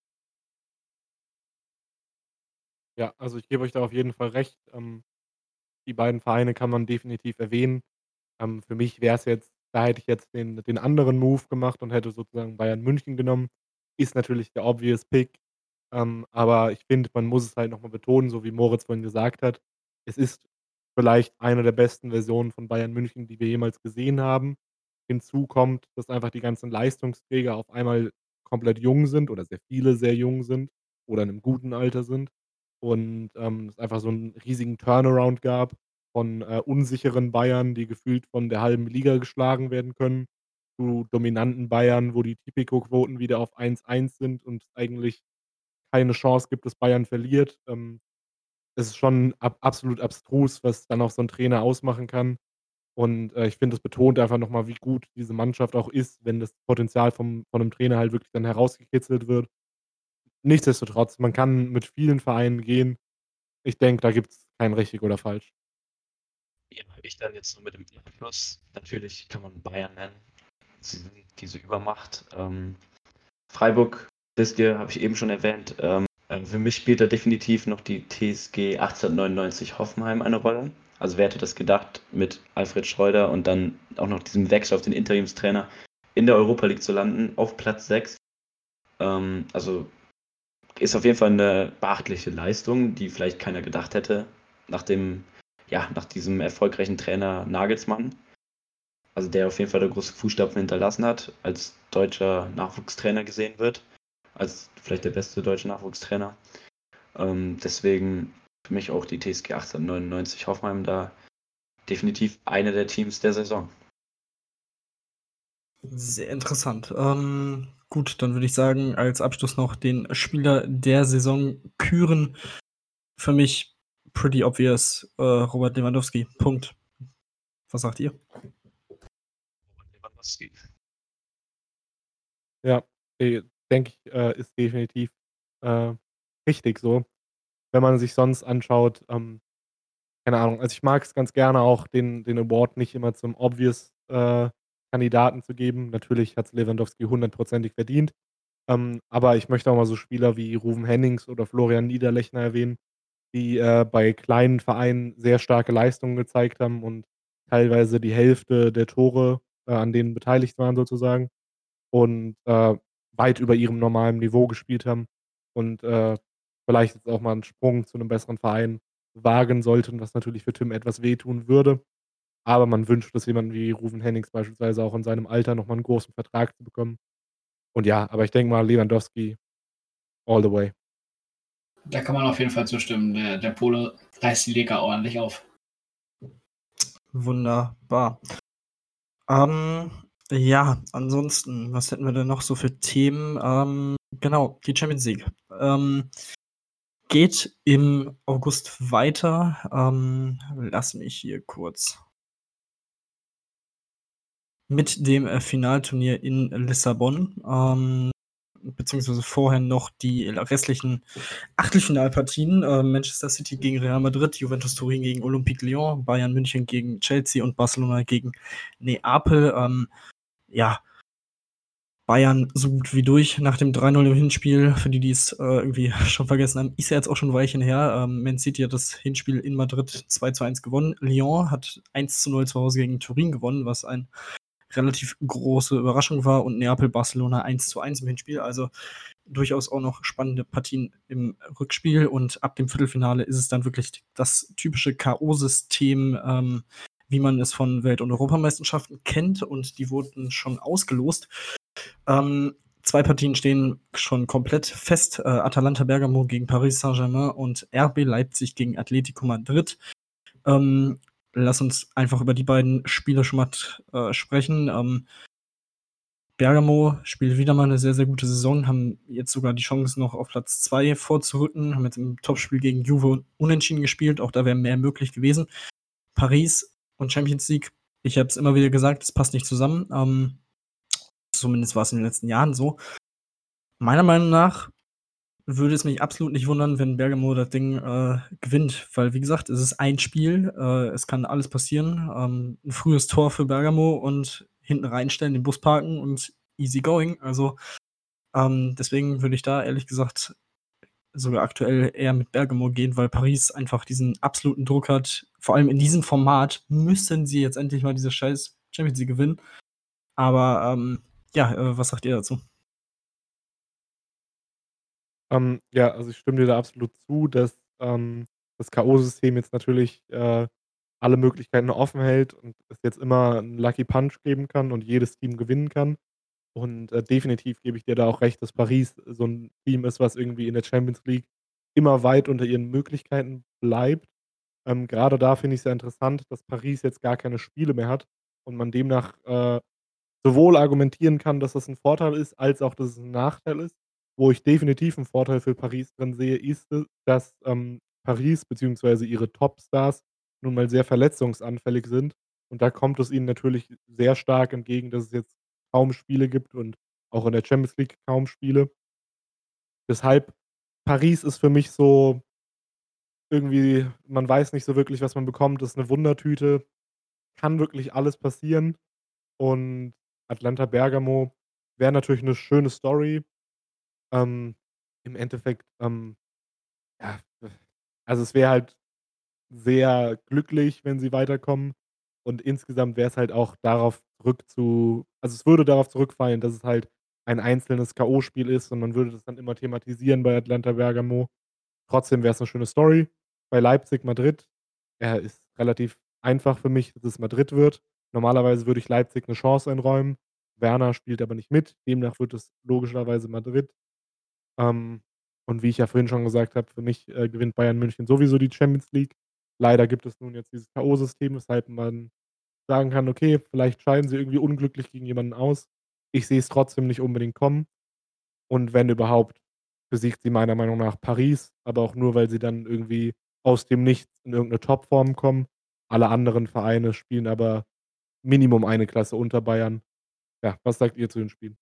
Ja, also ich gebe euch da auf jeden Fall recht. Ähm, die beiden Vereine kann man definitiv erwähnen. Ähm, für mich wäre es jetzt, da hätte ich jetzt den, den anderen Move gemacht und hätte sozusagen Bayern München genommen. Ist natürlich der obvious Pick. Ähm, aber ich finde, man muss es halt nochmal betonen, so wie Moritz vorhin gesagt hat. Es ist vielleicht eine der besten Versionen von Bayern München, die wir jemals gesehen haben. Hinzu kommt, dass einfach die ganzen Leistungsträger auf einmal komplett jung sind oder sehr viele sehr jung sind oder in einem guten Alter sind. Und ähm, es einfach so einen riesigen Turnaround gab von äh, unsicheren Bayern, die gefühlt von der halben Liga geschlagen werden können, zu dominanten Bayern, wo die Tipico-Quoten wieder auf eins eins sind und eigentlich keine Chance gibt, dass Bayern verliert. Ähm, es ist schon ab absolut abstrus, was dann auch so 'n Trainer ausmachen kann. Und, äh, ich finde, das betont einfach noch mal, wie gut diese Mannschaft auch ist, wenn das Potenzial vom von 'nem Trainer halt wirklich dann herausgekitzelt wird. Nichtsdestotrotz, man kann mit vielen Vereinen gehen. Ich denke, da gibt's kein richtig oder falsch. Ja, ich dann jetzt nur mit dem Abschluss. Natürlich kann man Bayern nennen. Sie sind diese Übermacht. Ähm, Freiburg, Bisque habe ich eben schon erwähnt. Ähm, äh, für mich spielt da definitiv noch die T S G achtzehnhundertneunundneunzig Hoffenheim eine Rolle. Also wer hätte das gedacht, mit Alfred Schreuder und dann auch noch diesem Wechsel auf den Interimstrainer in der Europa League zu landen, auf Platz sechs. Ähm, also ist auf jeden Fall eine beachtliche Leistung, die vielleicht keiner gedacht hätte, nach dem, ja, nach diesem erfolgreichen Trainer Nagelsmann. Also der auf jeden Fall da große Fußstapfen hinterlassen hat, als deutscher Nachwuchstrainer gesehen wird, als vielleicht der beste deutsche Nachwuchstrainer. Ähm, deswegen für mich auch die T S G achtzehnhundertneunundneunzig Hoffenheim da definitiv eine der Teams der Saison. Sehr interessant. Ähm, gut, dann würde ich sagen, als Abschluss noch den Spieler der Saison küren. Für mich pretty obvious, äh, Robert Lewandowski. Punkt. Was sagt ihr? Lewandowski. Ja, äh, denke ich, äh, ist definitiv, äh, richtig so. Wenn man sich sonst anschaut, ähm, keine Ahnung, also ich mag es ganz gerne auch, den den Award nicht immer zum obvious, äh, Kandidaten zu geben. Natürlich hat's Lewandowski hundertprozentig verdient. Ähm, aber ich möchte auch mal so Spieler wie Ruven Hennings oder Florian Niederlechner erwähnen, die, äh, bei kleinen Vereinen sehr starke Leistungen gezeigt haben und teilweise die Hälfte der Tore, äh, an denen beteiligt waren sozusagen und, äh, weit über ihrem normalen Niveau gespielt haben und, äh, vielleicht jetzt auch mal 'n Sprung zu 'nem besseren Verein wagen sollten, was natürlich für Tim etwas wehtun würde. Aber man wünscht es jemanden wie Ruven Hennings beispielsweise auch in seinem Alter noch mal 'n großen Vertrag zu bekommen. Und ja, aber ich denke mal, Lewandowski all the way. Da kann man auf jeden Fall zustimmen. Der, der Pole reißt die Liga ordentlich auf. Wunderbar. Ähm, ja, ansonsten, was hätten wir denn noch so für Themen? Ähm, genau, die Champions League. Ähm, geht im August weiter. Ähm, lass mich hier kurz mit dem äh, Finalturnier in Lissabon, ähm, beziehungsweise vorher noch die restlichen Achtelfinalpartien. Äh, Manchester City gegen Real Madrid, Juventus Turin gegen Olympique Lyon, Bayern München gegen Chelsea und Barcelona gegen Neapel. Ähm, ja, Bayern so gut wie durch nach dem drei null im Hinspiel. Für die, die es äh, irgendwie schon vergessen haben, ist ja jetzt auch schon ein Weilchen her. Ähm, Man City hat das Hinspiel in Madrid zwei zu eins gewonnen. Lyon hat eins zu null zu Hause gegen Turin gewonnen, was ein relativ große Überraschung war. Und Neapel Barcelona eins zu eins im Hinspiel. Also durchaus auch noch spannende Partien im Rückspiel. Und ab dem Viertelfinale ist es dann wirklich das typische K O-System, ähm, wie man es von Welt- und Europameisterschaften kennt. Und die wurden schon ausgelost. Ähm, zwei Partien stehen schon komplett fest. Äh, Atalanta Bergamo gegen Paris Saint-Germain und R B Leipzig gegen Atletico Madrid. Ähm, lass uns einfach über die beiden Spiele schon mal äh, sprechen. Ähm, Bergamo spielt wieder mal eine sehr, sehr gute Saison, haben jetzt sogar die Chance, noch auf Platz zwei vorzurücken, haben jetzt im Topspiel gegen Juve unentschieden gespielt, auch da wäre mehr möglich gewesen. Paris und Champions League, ich habe es immer wieder gesagt, es passt nicht zusammen. Ähm, zumindest war es in den letzten Jahren so. Meiner Meinung nach würde es mich absolut nicht wundern, wenn Bergamo das Ding äh, gewinnt, weil wie gesagt, es ist ein Spiel, äh, es kann alles passieren. Ähm, 'n frühes Tor für Bergamo und hinten reinstellen, den Bus parken und easy going. Also, ähm, deswegen würde ich da ehrlich gesagt sogar aktuell eher mit Bergamo gehen, weil Paris einfach diesen absoluten Druck hat. Vor allem in diesem Format müssen sie jetzt endlich mal diese scheiß Champions League gewinnen. Aber, ähm, ja, äh, was sagt ihr dazu? Ähm, ja, also ich stimme dir da absolut zu, dass, ähm, das K O-System jetzt natürlich, äh, alle Möglichkeiten offen hält und es jetzt immer 'n Lucky Punch geben kann und jedes Team gewinnen kann. Und, äh, definitiv gebe ich dir da auch recht, dass Paris so 'n Team ist, was irgendwie in der Champions League immer weit unter ihren Möglichkeiten bleibt. Ähm, grade da finde ich's sehr interessant, dass Paris jetzt gar keine Spiele mehr hat und man demnach, äh, sowohl argumentieren kann, dass das 'n Vorteil ist, als auch, dass es 'n Nachteil ist. Wo ich definitiv 'n Vorteil für Paris drin sehe, ist es, dass, ähm, Paris beziehungsweise ihre Topstars nun mal sehr verletzungsanfällig sind Und da kommt es ihnen natürlich sehr stark entgegen, dass es jetzt kaum Spiele gibt und auch in der Champions League kaum Spiele. Deshalb Paris ist für mich so irgendwie man weiß nicht so wirklich, was man bekommt. Das ist 'ne Wundertüte, kann wirklich alles passieren. Und Atlanta Bergamo wäre natürlich 'ne schöne Story. Ähm, im Endeffekt, ähm, ja, also, es wäre halt sehr glücklich, wenn sie weiterkommen. Und insgesamt wäre es halt auch darauf zurück zu also, es würde darauf zurückfallen, dass es halt ein einzelnes K O-Spiel ist und man würde das dann immer thematisieren bei Atlanta Bergamo. Trotzdem wäre es 'ne schöne Story. Bei Leipzig, Madrid, äh, ist relativ einfach für mich, dass es Madrid wird. Normalerweise würde ich Leipzig 'ne Chance einräumen. Werner spielt aber nicht mit, demnach wird es logischerweise Madrid. Ähm, und wie ich ja vorhin schon gesagt habe, für mich, äh, gewinnt Bayern München sowieso die Champions League. Leider gibt es nun jetzt dieses K O-System, weshalb man sagen kann: „Okay, vielleicht scheiden sie irgendwie unglücklich gegen jemanden aus.“ Ich sehe es trotzdem nicht unbedingt kommen. Und wenn überhaupt, besiegt sie meiner Meinung nach Paris, aber auch nur, weil sie dann irgendwie aus dem Nichts in irgend 'ne Topform kommen. Alle anderen Vereine spielen aber Minimum eine Klasse unter Bayern. Ja, was sagt ihr zu den Spielen?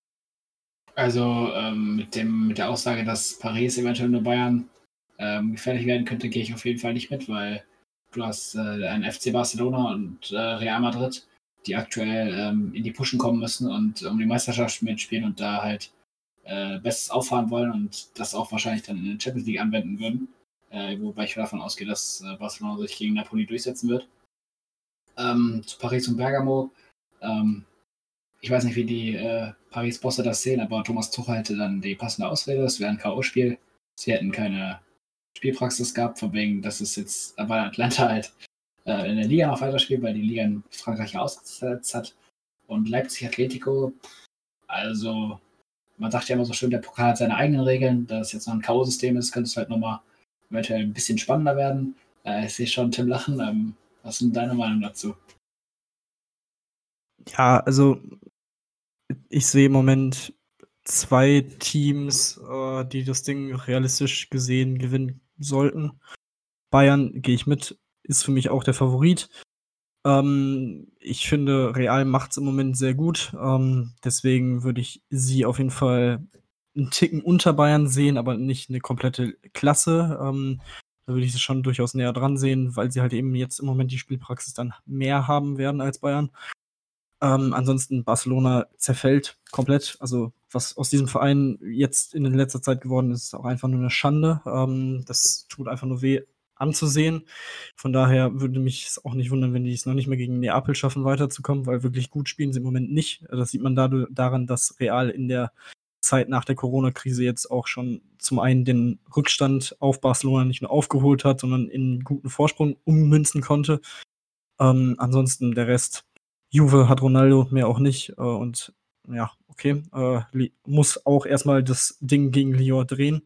Also, ähm, mit dem mit der Aussage, dass Paris eventuell nur Bayern, ähm, gefährlich werden könnte, gehe ich auf jeden Fall nicht mit, weil du hast, äh, einen F C Barcelona und, äh, Real Madrid, die aktuell, ähm, in die Pushen kommen müssen und um die Meisterschaft mitspielen und da halt, äh, Bestes auffahren wollen und das auch wahrscheinlich dann in der Champions League anwenden würden. Äh, wobei ich davon ausgehe, dass, äh, Barcelona sich gegen Napoli durchsetzen wird. Ähm, zu Paris und Bergamo, ähm, ich weiß nicht, wie die äh, Paris-Bosse das sehen, aber Thomas Tuchel hätte dann die passende Ausrede. Es wäre ein K O-Spiel. Sie hätten keine Spielpraxis gehabt, von wegen, dass es jetzt aber Atlanta halt äh, in der Liga noch weiterspielt, weil die Liga in Frankreich ja ausgesetzt hat. Und Leipzig Atletico, also man sagt ja immer so schön, der Pokal hat seine eigenen Regeln. Da es jetzt noch ein K O-System ist, könnte es halt nochmal eventuell ein bisschen spannender werden. Äh, ich sehe schon Tim lachen. Ähm, was ist denn deine Meinung dazu? Ja, also ich sehe im Moment zwei Teams, äh, die das Ding realistisch gesehen gewinnen sollten. Bayern, gehe ich mit, ist für mich auch der Favorit. Ähm, ich finde, Real macht's im Moment sehr gut. Ähm, deswegen würde ich sie auf jeden Fall 'n Ticken unter Bayern sehen, aber nicht 'ne komplette Klasse. Ähm, da würde ich sie schon durchaus näher dran sehen, weil sie halt eben jetzt im Moment die Spielpraxis dann mehr haben werden als Bayern. Ähm, ansonsten Barcelona zerfällt komplett. Also, was aus diesem Verein jetzt in letzter Zeit geworden ist, ist auch einfach nur 'ne Schande. Ähm, das tut einfach nur weh anzusehen. Von daher würde mich's auch nicht wundern, wenn die's noch nicht mal gegen Neapel schaffen, weiterzukommen, weil wirklich gut spielen sie im Moment nicht. Das sieht man dadu daran, dass Real in der Zeit nach der Corona-Krise jetzt auch schon zum einen den Rückstand auf Barcelona nicht nur aufgeholt hat, sondern in guten Vorsprung ummünzen konnte. Ähm, ansonsten der Rest Juve hat Ronaldo, mehr auch nicht. Äh, und ja, okay, äh, Li muss auch erst mal das Ding gegen Lyon drehen.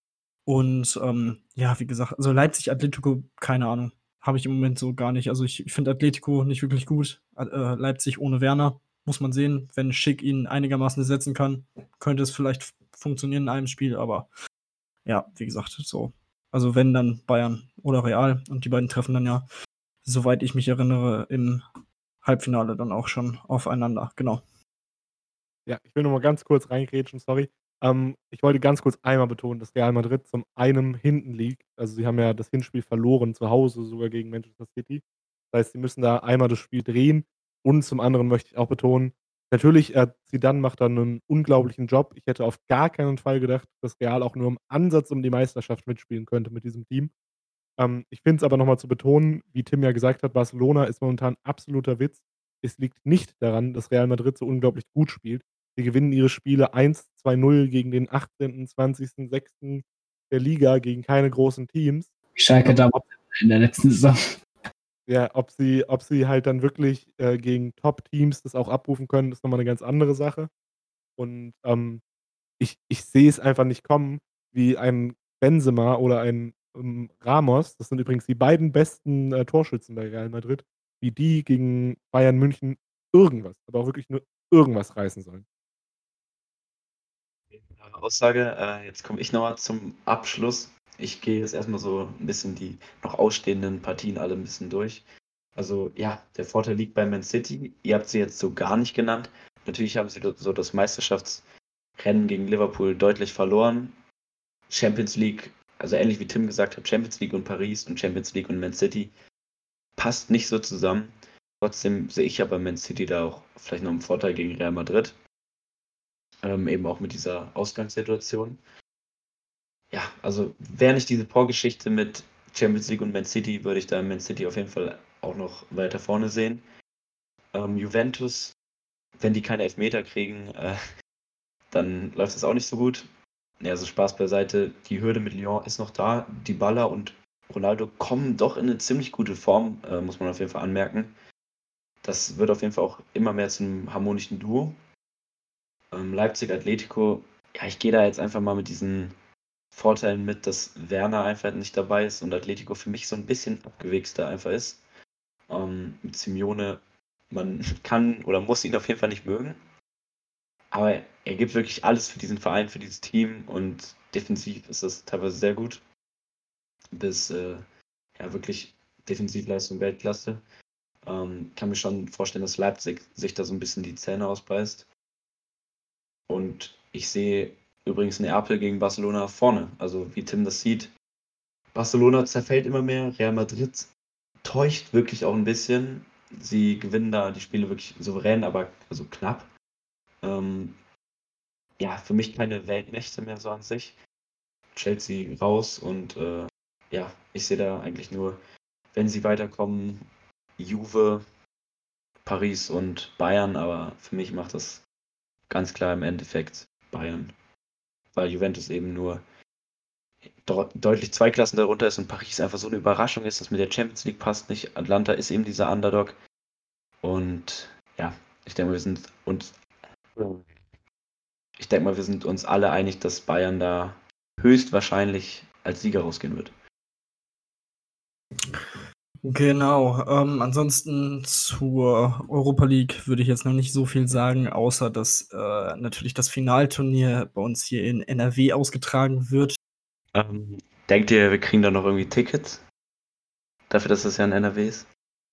Und, ähm, ja, wie gesagt, also Leipzig, Atletico, keine Ahnung, habe ich im Moment so gar nicht. Also, ich ich finde Atletico nicht wirklich gut. A äh, Leipzig ohne Werner, muss man sehen. Wenn Schick ihn einigermaßen ersetzen kann, könnte es vielleicht f funktionieren in einem Spiel, aber ja, wie gesagt, so. Also, wenn, dann Bayern oder Real und die beiden treffen dann ja, soweit ich mich erinnere, im Halbfinale dann auch schon aufeinander, genau. Ja, ich will noch mal ganz kurz reingrätschen, sorry. Ähm, ich wollte ganz kurz einmal betonen, dass Real Madrid zum einen hinten liegt. Also, sie haben ja das Hinspiel verloren, zu Hause sogar gegen Manchester City. Das heißt, sie müssen da einmal das Spiel drehen. Und zum anderen möchte ich auch betonen, natürlich, äh, Zidane macht da 'nen unglaublichen Job. Ich hätte auf gar keinen Fall gedacht, dass Real auch nur im Ansatz um die Meisterschaft mitspielen könnte mit diesem Team. Ähm, ich finde es aber noch mal zu betonen, wie Tim ja gesagt hat, Barcelona ist momentan absoluter Witz. Es liegt nicht daran, dass Real Madrid so unglaublich gut spielt. Sie gewinnen ihre Spiele eins, zwei, null gegen den achtzehnten, zwanzigsten, sechsten der Liga, gegen keine großen Teams. Schalke Ähm, damals ob in der letzten Saison. ja, ob sie ob sie halt dann wirklich, äh, gegen Top-Teams das auch abrufen können, ist noch mal 'ne ganz andere Sache. Und, ähm, ich ich sehe es einfach nicht kommen, wie ein Benzema oder ein, ähm, Ramos, das sind übrigens die beiden besten, äh, Torschützen bei Real Madrid, wie die gegen Bayern München irgendwas, aber auch wirklich nur irgendwas reißen sollen. Klare Aussage. Äh, jetzt komme ich noch mal zum Abschluss. Ich gehe jetzt erst mal so 'n bisschen die noch ausstehenden Partien alle 'n bisschen durch. Also ja, der Vorteil liegt bei Man City. Ihr habt sie jetzt so gar nicht genannt. Natürlich haben sie so das Meisterschaftsrennen gegen Liverpool deutlich verloren. Champions League, also ähnlich wie Tim gesagt hat, Champions League und Paris und Champions League und Man City passt nicht so zusammen. Trotzdem sehe ich ja bei Man City da auch vielleicht noch einen Vorteil gegen Real Madrid. Ähm, eben auch mit dieser Ausgangssituation. Ja, also wäre nicht diese Vorgeschichte mit Champions League und Man City, würde ich da Man City auf jeden Fall auch noch weiter vorne sehen. Ähm, Juventus, wenn die keine Elfmeter kriegen, äh, dann läuft es auch nicht so gut. Ja, also Spaß beiseite, die Hürde mit Lyon ist noch da. Dybala und Ronaldo kommen doch in eine ziemlich gute Form, äh, muss man auf jeden Fall anmerken. Das wird auf jeden Fall auch immer mehr zum harmonischen Duo. Ähm, Leipzig, Atletico, ja, ich gehe da jetzt einfach mal mit diesen Vorteilen mit, dass Werner einfach nicht dabei ist und Atletico für mich so ein bisschen abgewichster einfach ist. Ähm, mit Simeone, man kann oder muss ihn auf jeden Fall nicht mögen, aber er gibt wirklich alles für diesen Verein, für dieses Team und defensiv ist das teilweise sehr gut. Bis äh, ja wirklich Defensivleistung Weltklasse. Ähm, kann mir schon vorstellen, dass Leipzig sich da so ein bisschen die Zähne ausbeißt. Und ich sehe übrigens Neapel gegen Barcelona vorne. Also wie Tim das sieht. Barcelona zerfällt immer mehr. Real Madrid täuscht wirklich auch ein bisschen. Sie gewinnen da die Spiele wirklich souverän, aber also knapp. Ähm, ja, für mich keine Weltmächte mehr so an sich. Chelsea raus und äh, ja, ich sehe da eigentlich nur, wenn sie weiterkommen, Juve, Paris und Bayern, aber für mich macht das ganz klar im Endeffekt Bayern, weil Juventus eben nur dort deutlich zwei Klassen darunter ist und Paris einfach so eine Überraschung ist, dass mit der Champions League passt nicht. Atlanta ist eben dieser Underdog und ja, ich denke mal, wir sind uns ich denke mal, wir sind uns alle einig, dass Bayern da höchstwahrscheinlich als Sieger rausgehen wird. Genau. Ähm, ansonsten zur Europa League würde ich jetzt noch nicht so viel sagen, außer dass äh, natürlich das Finalturnier bei uns hier in N R W ausgetragen wird. Ähm, denkt ihr, wir kriegen da noch irgendwie Tickets? Dafür, dass das ja in N R W ist?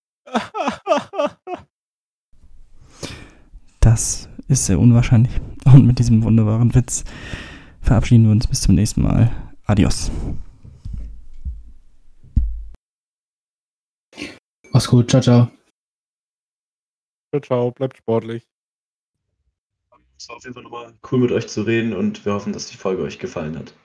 Das ist sehr unwahrscheinlich. Und mit diesem wunderbaren Witz verabschieden wir uns bis zum nächsten Mal. Adios. Mach's gut, ciao, ciao. Ciao, ciao, bleibt sportlich. Es war auf jeden Fall nochmal cool mit euch zu reden und wir hoffen, dass die Folge euch gefallen hat.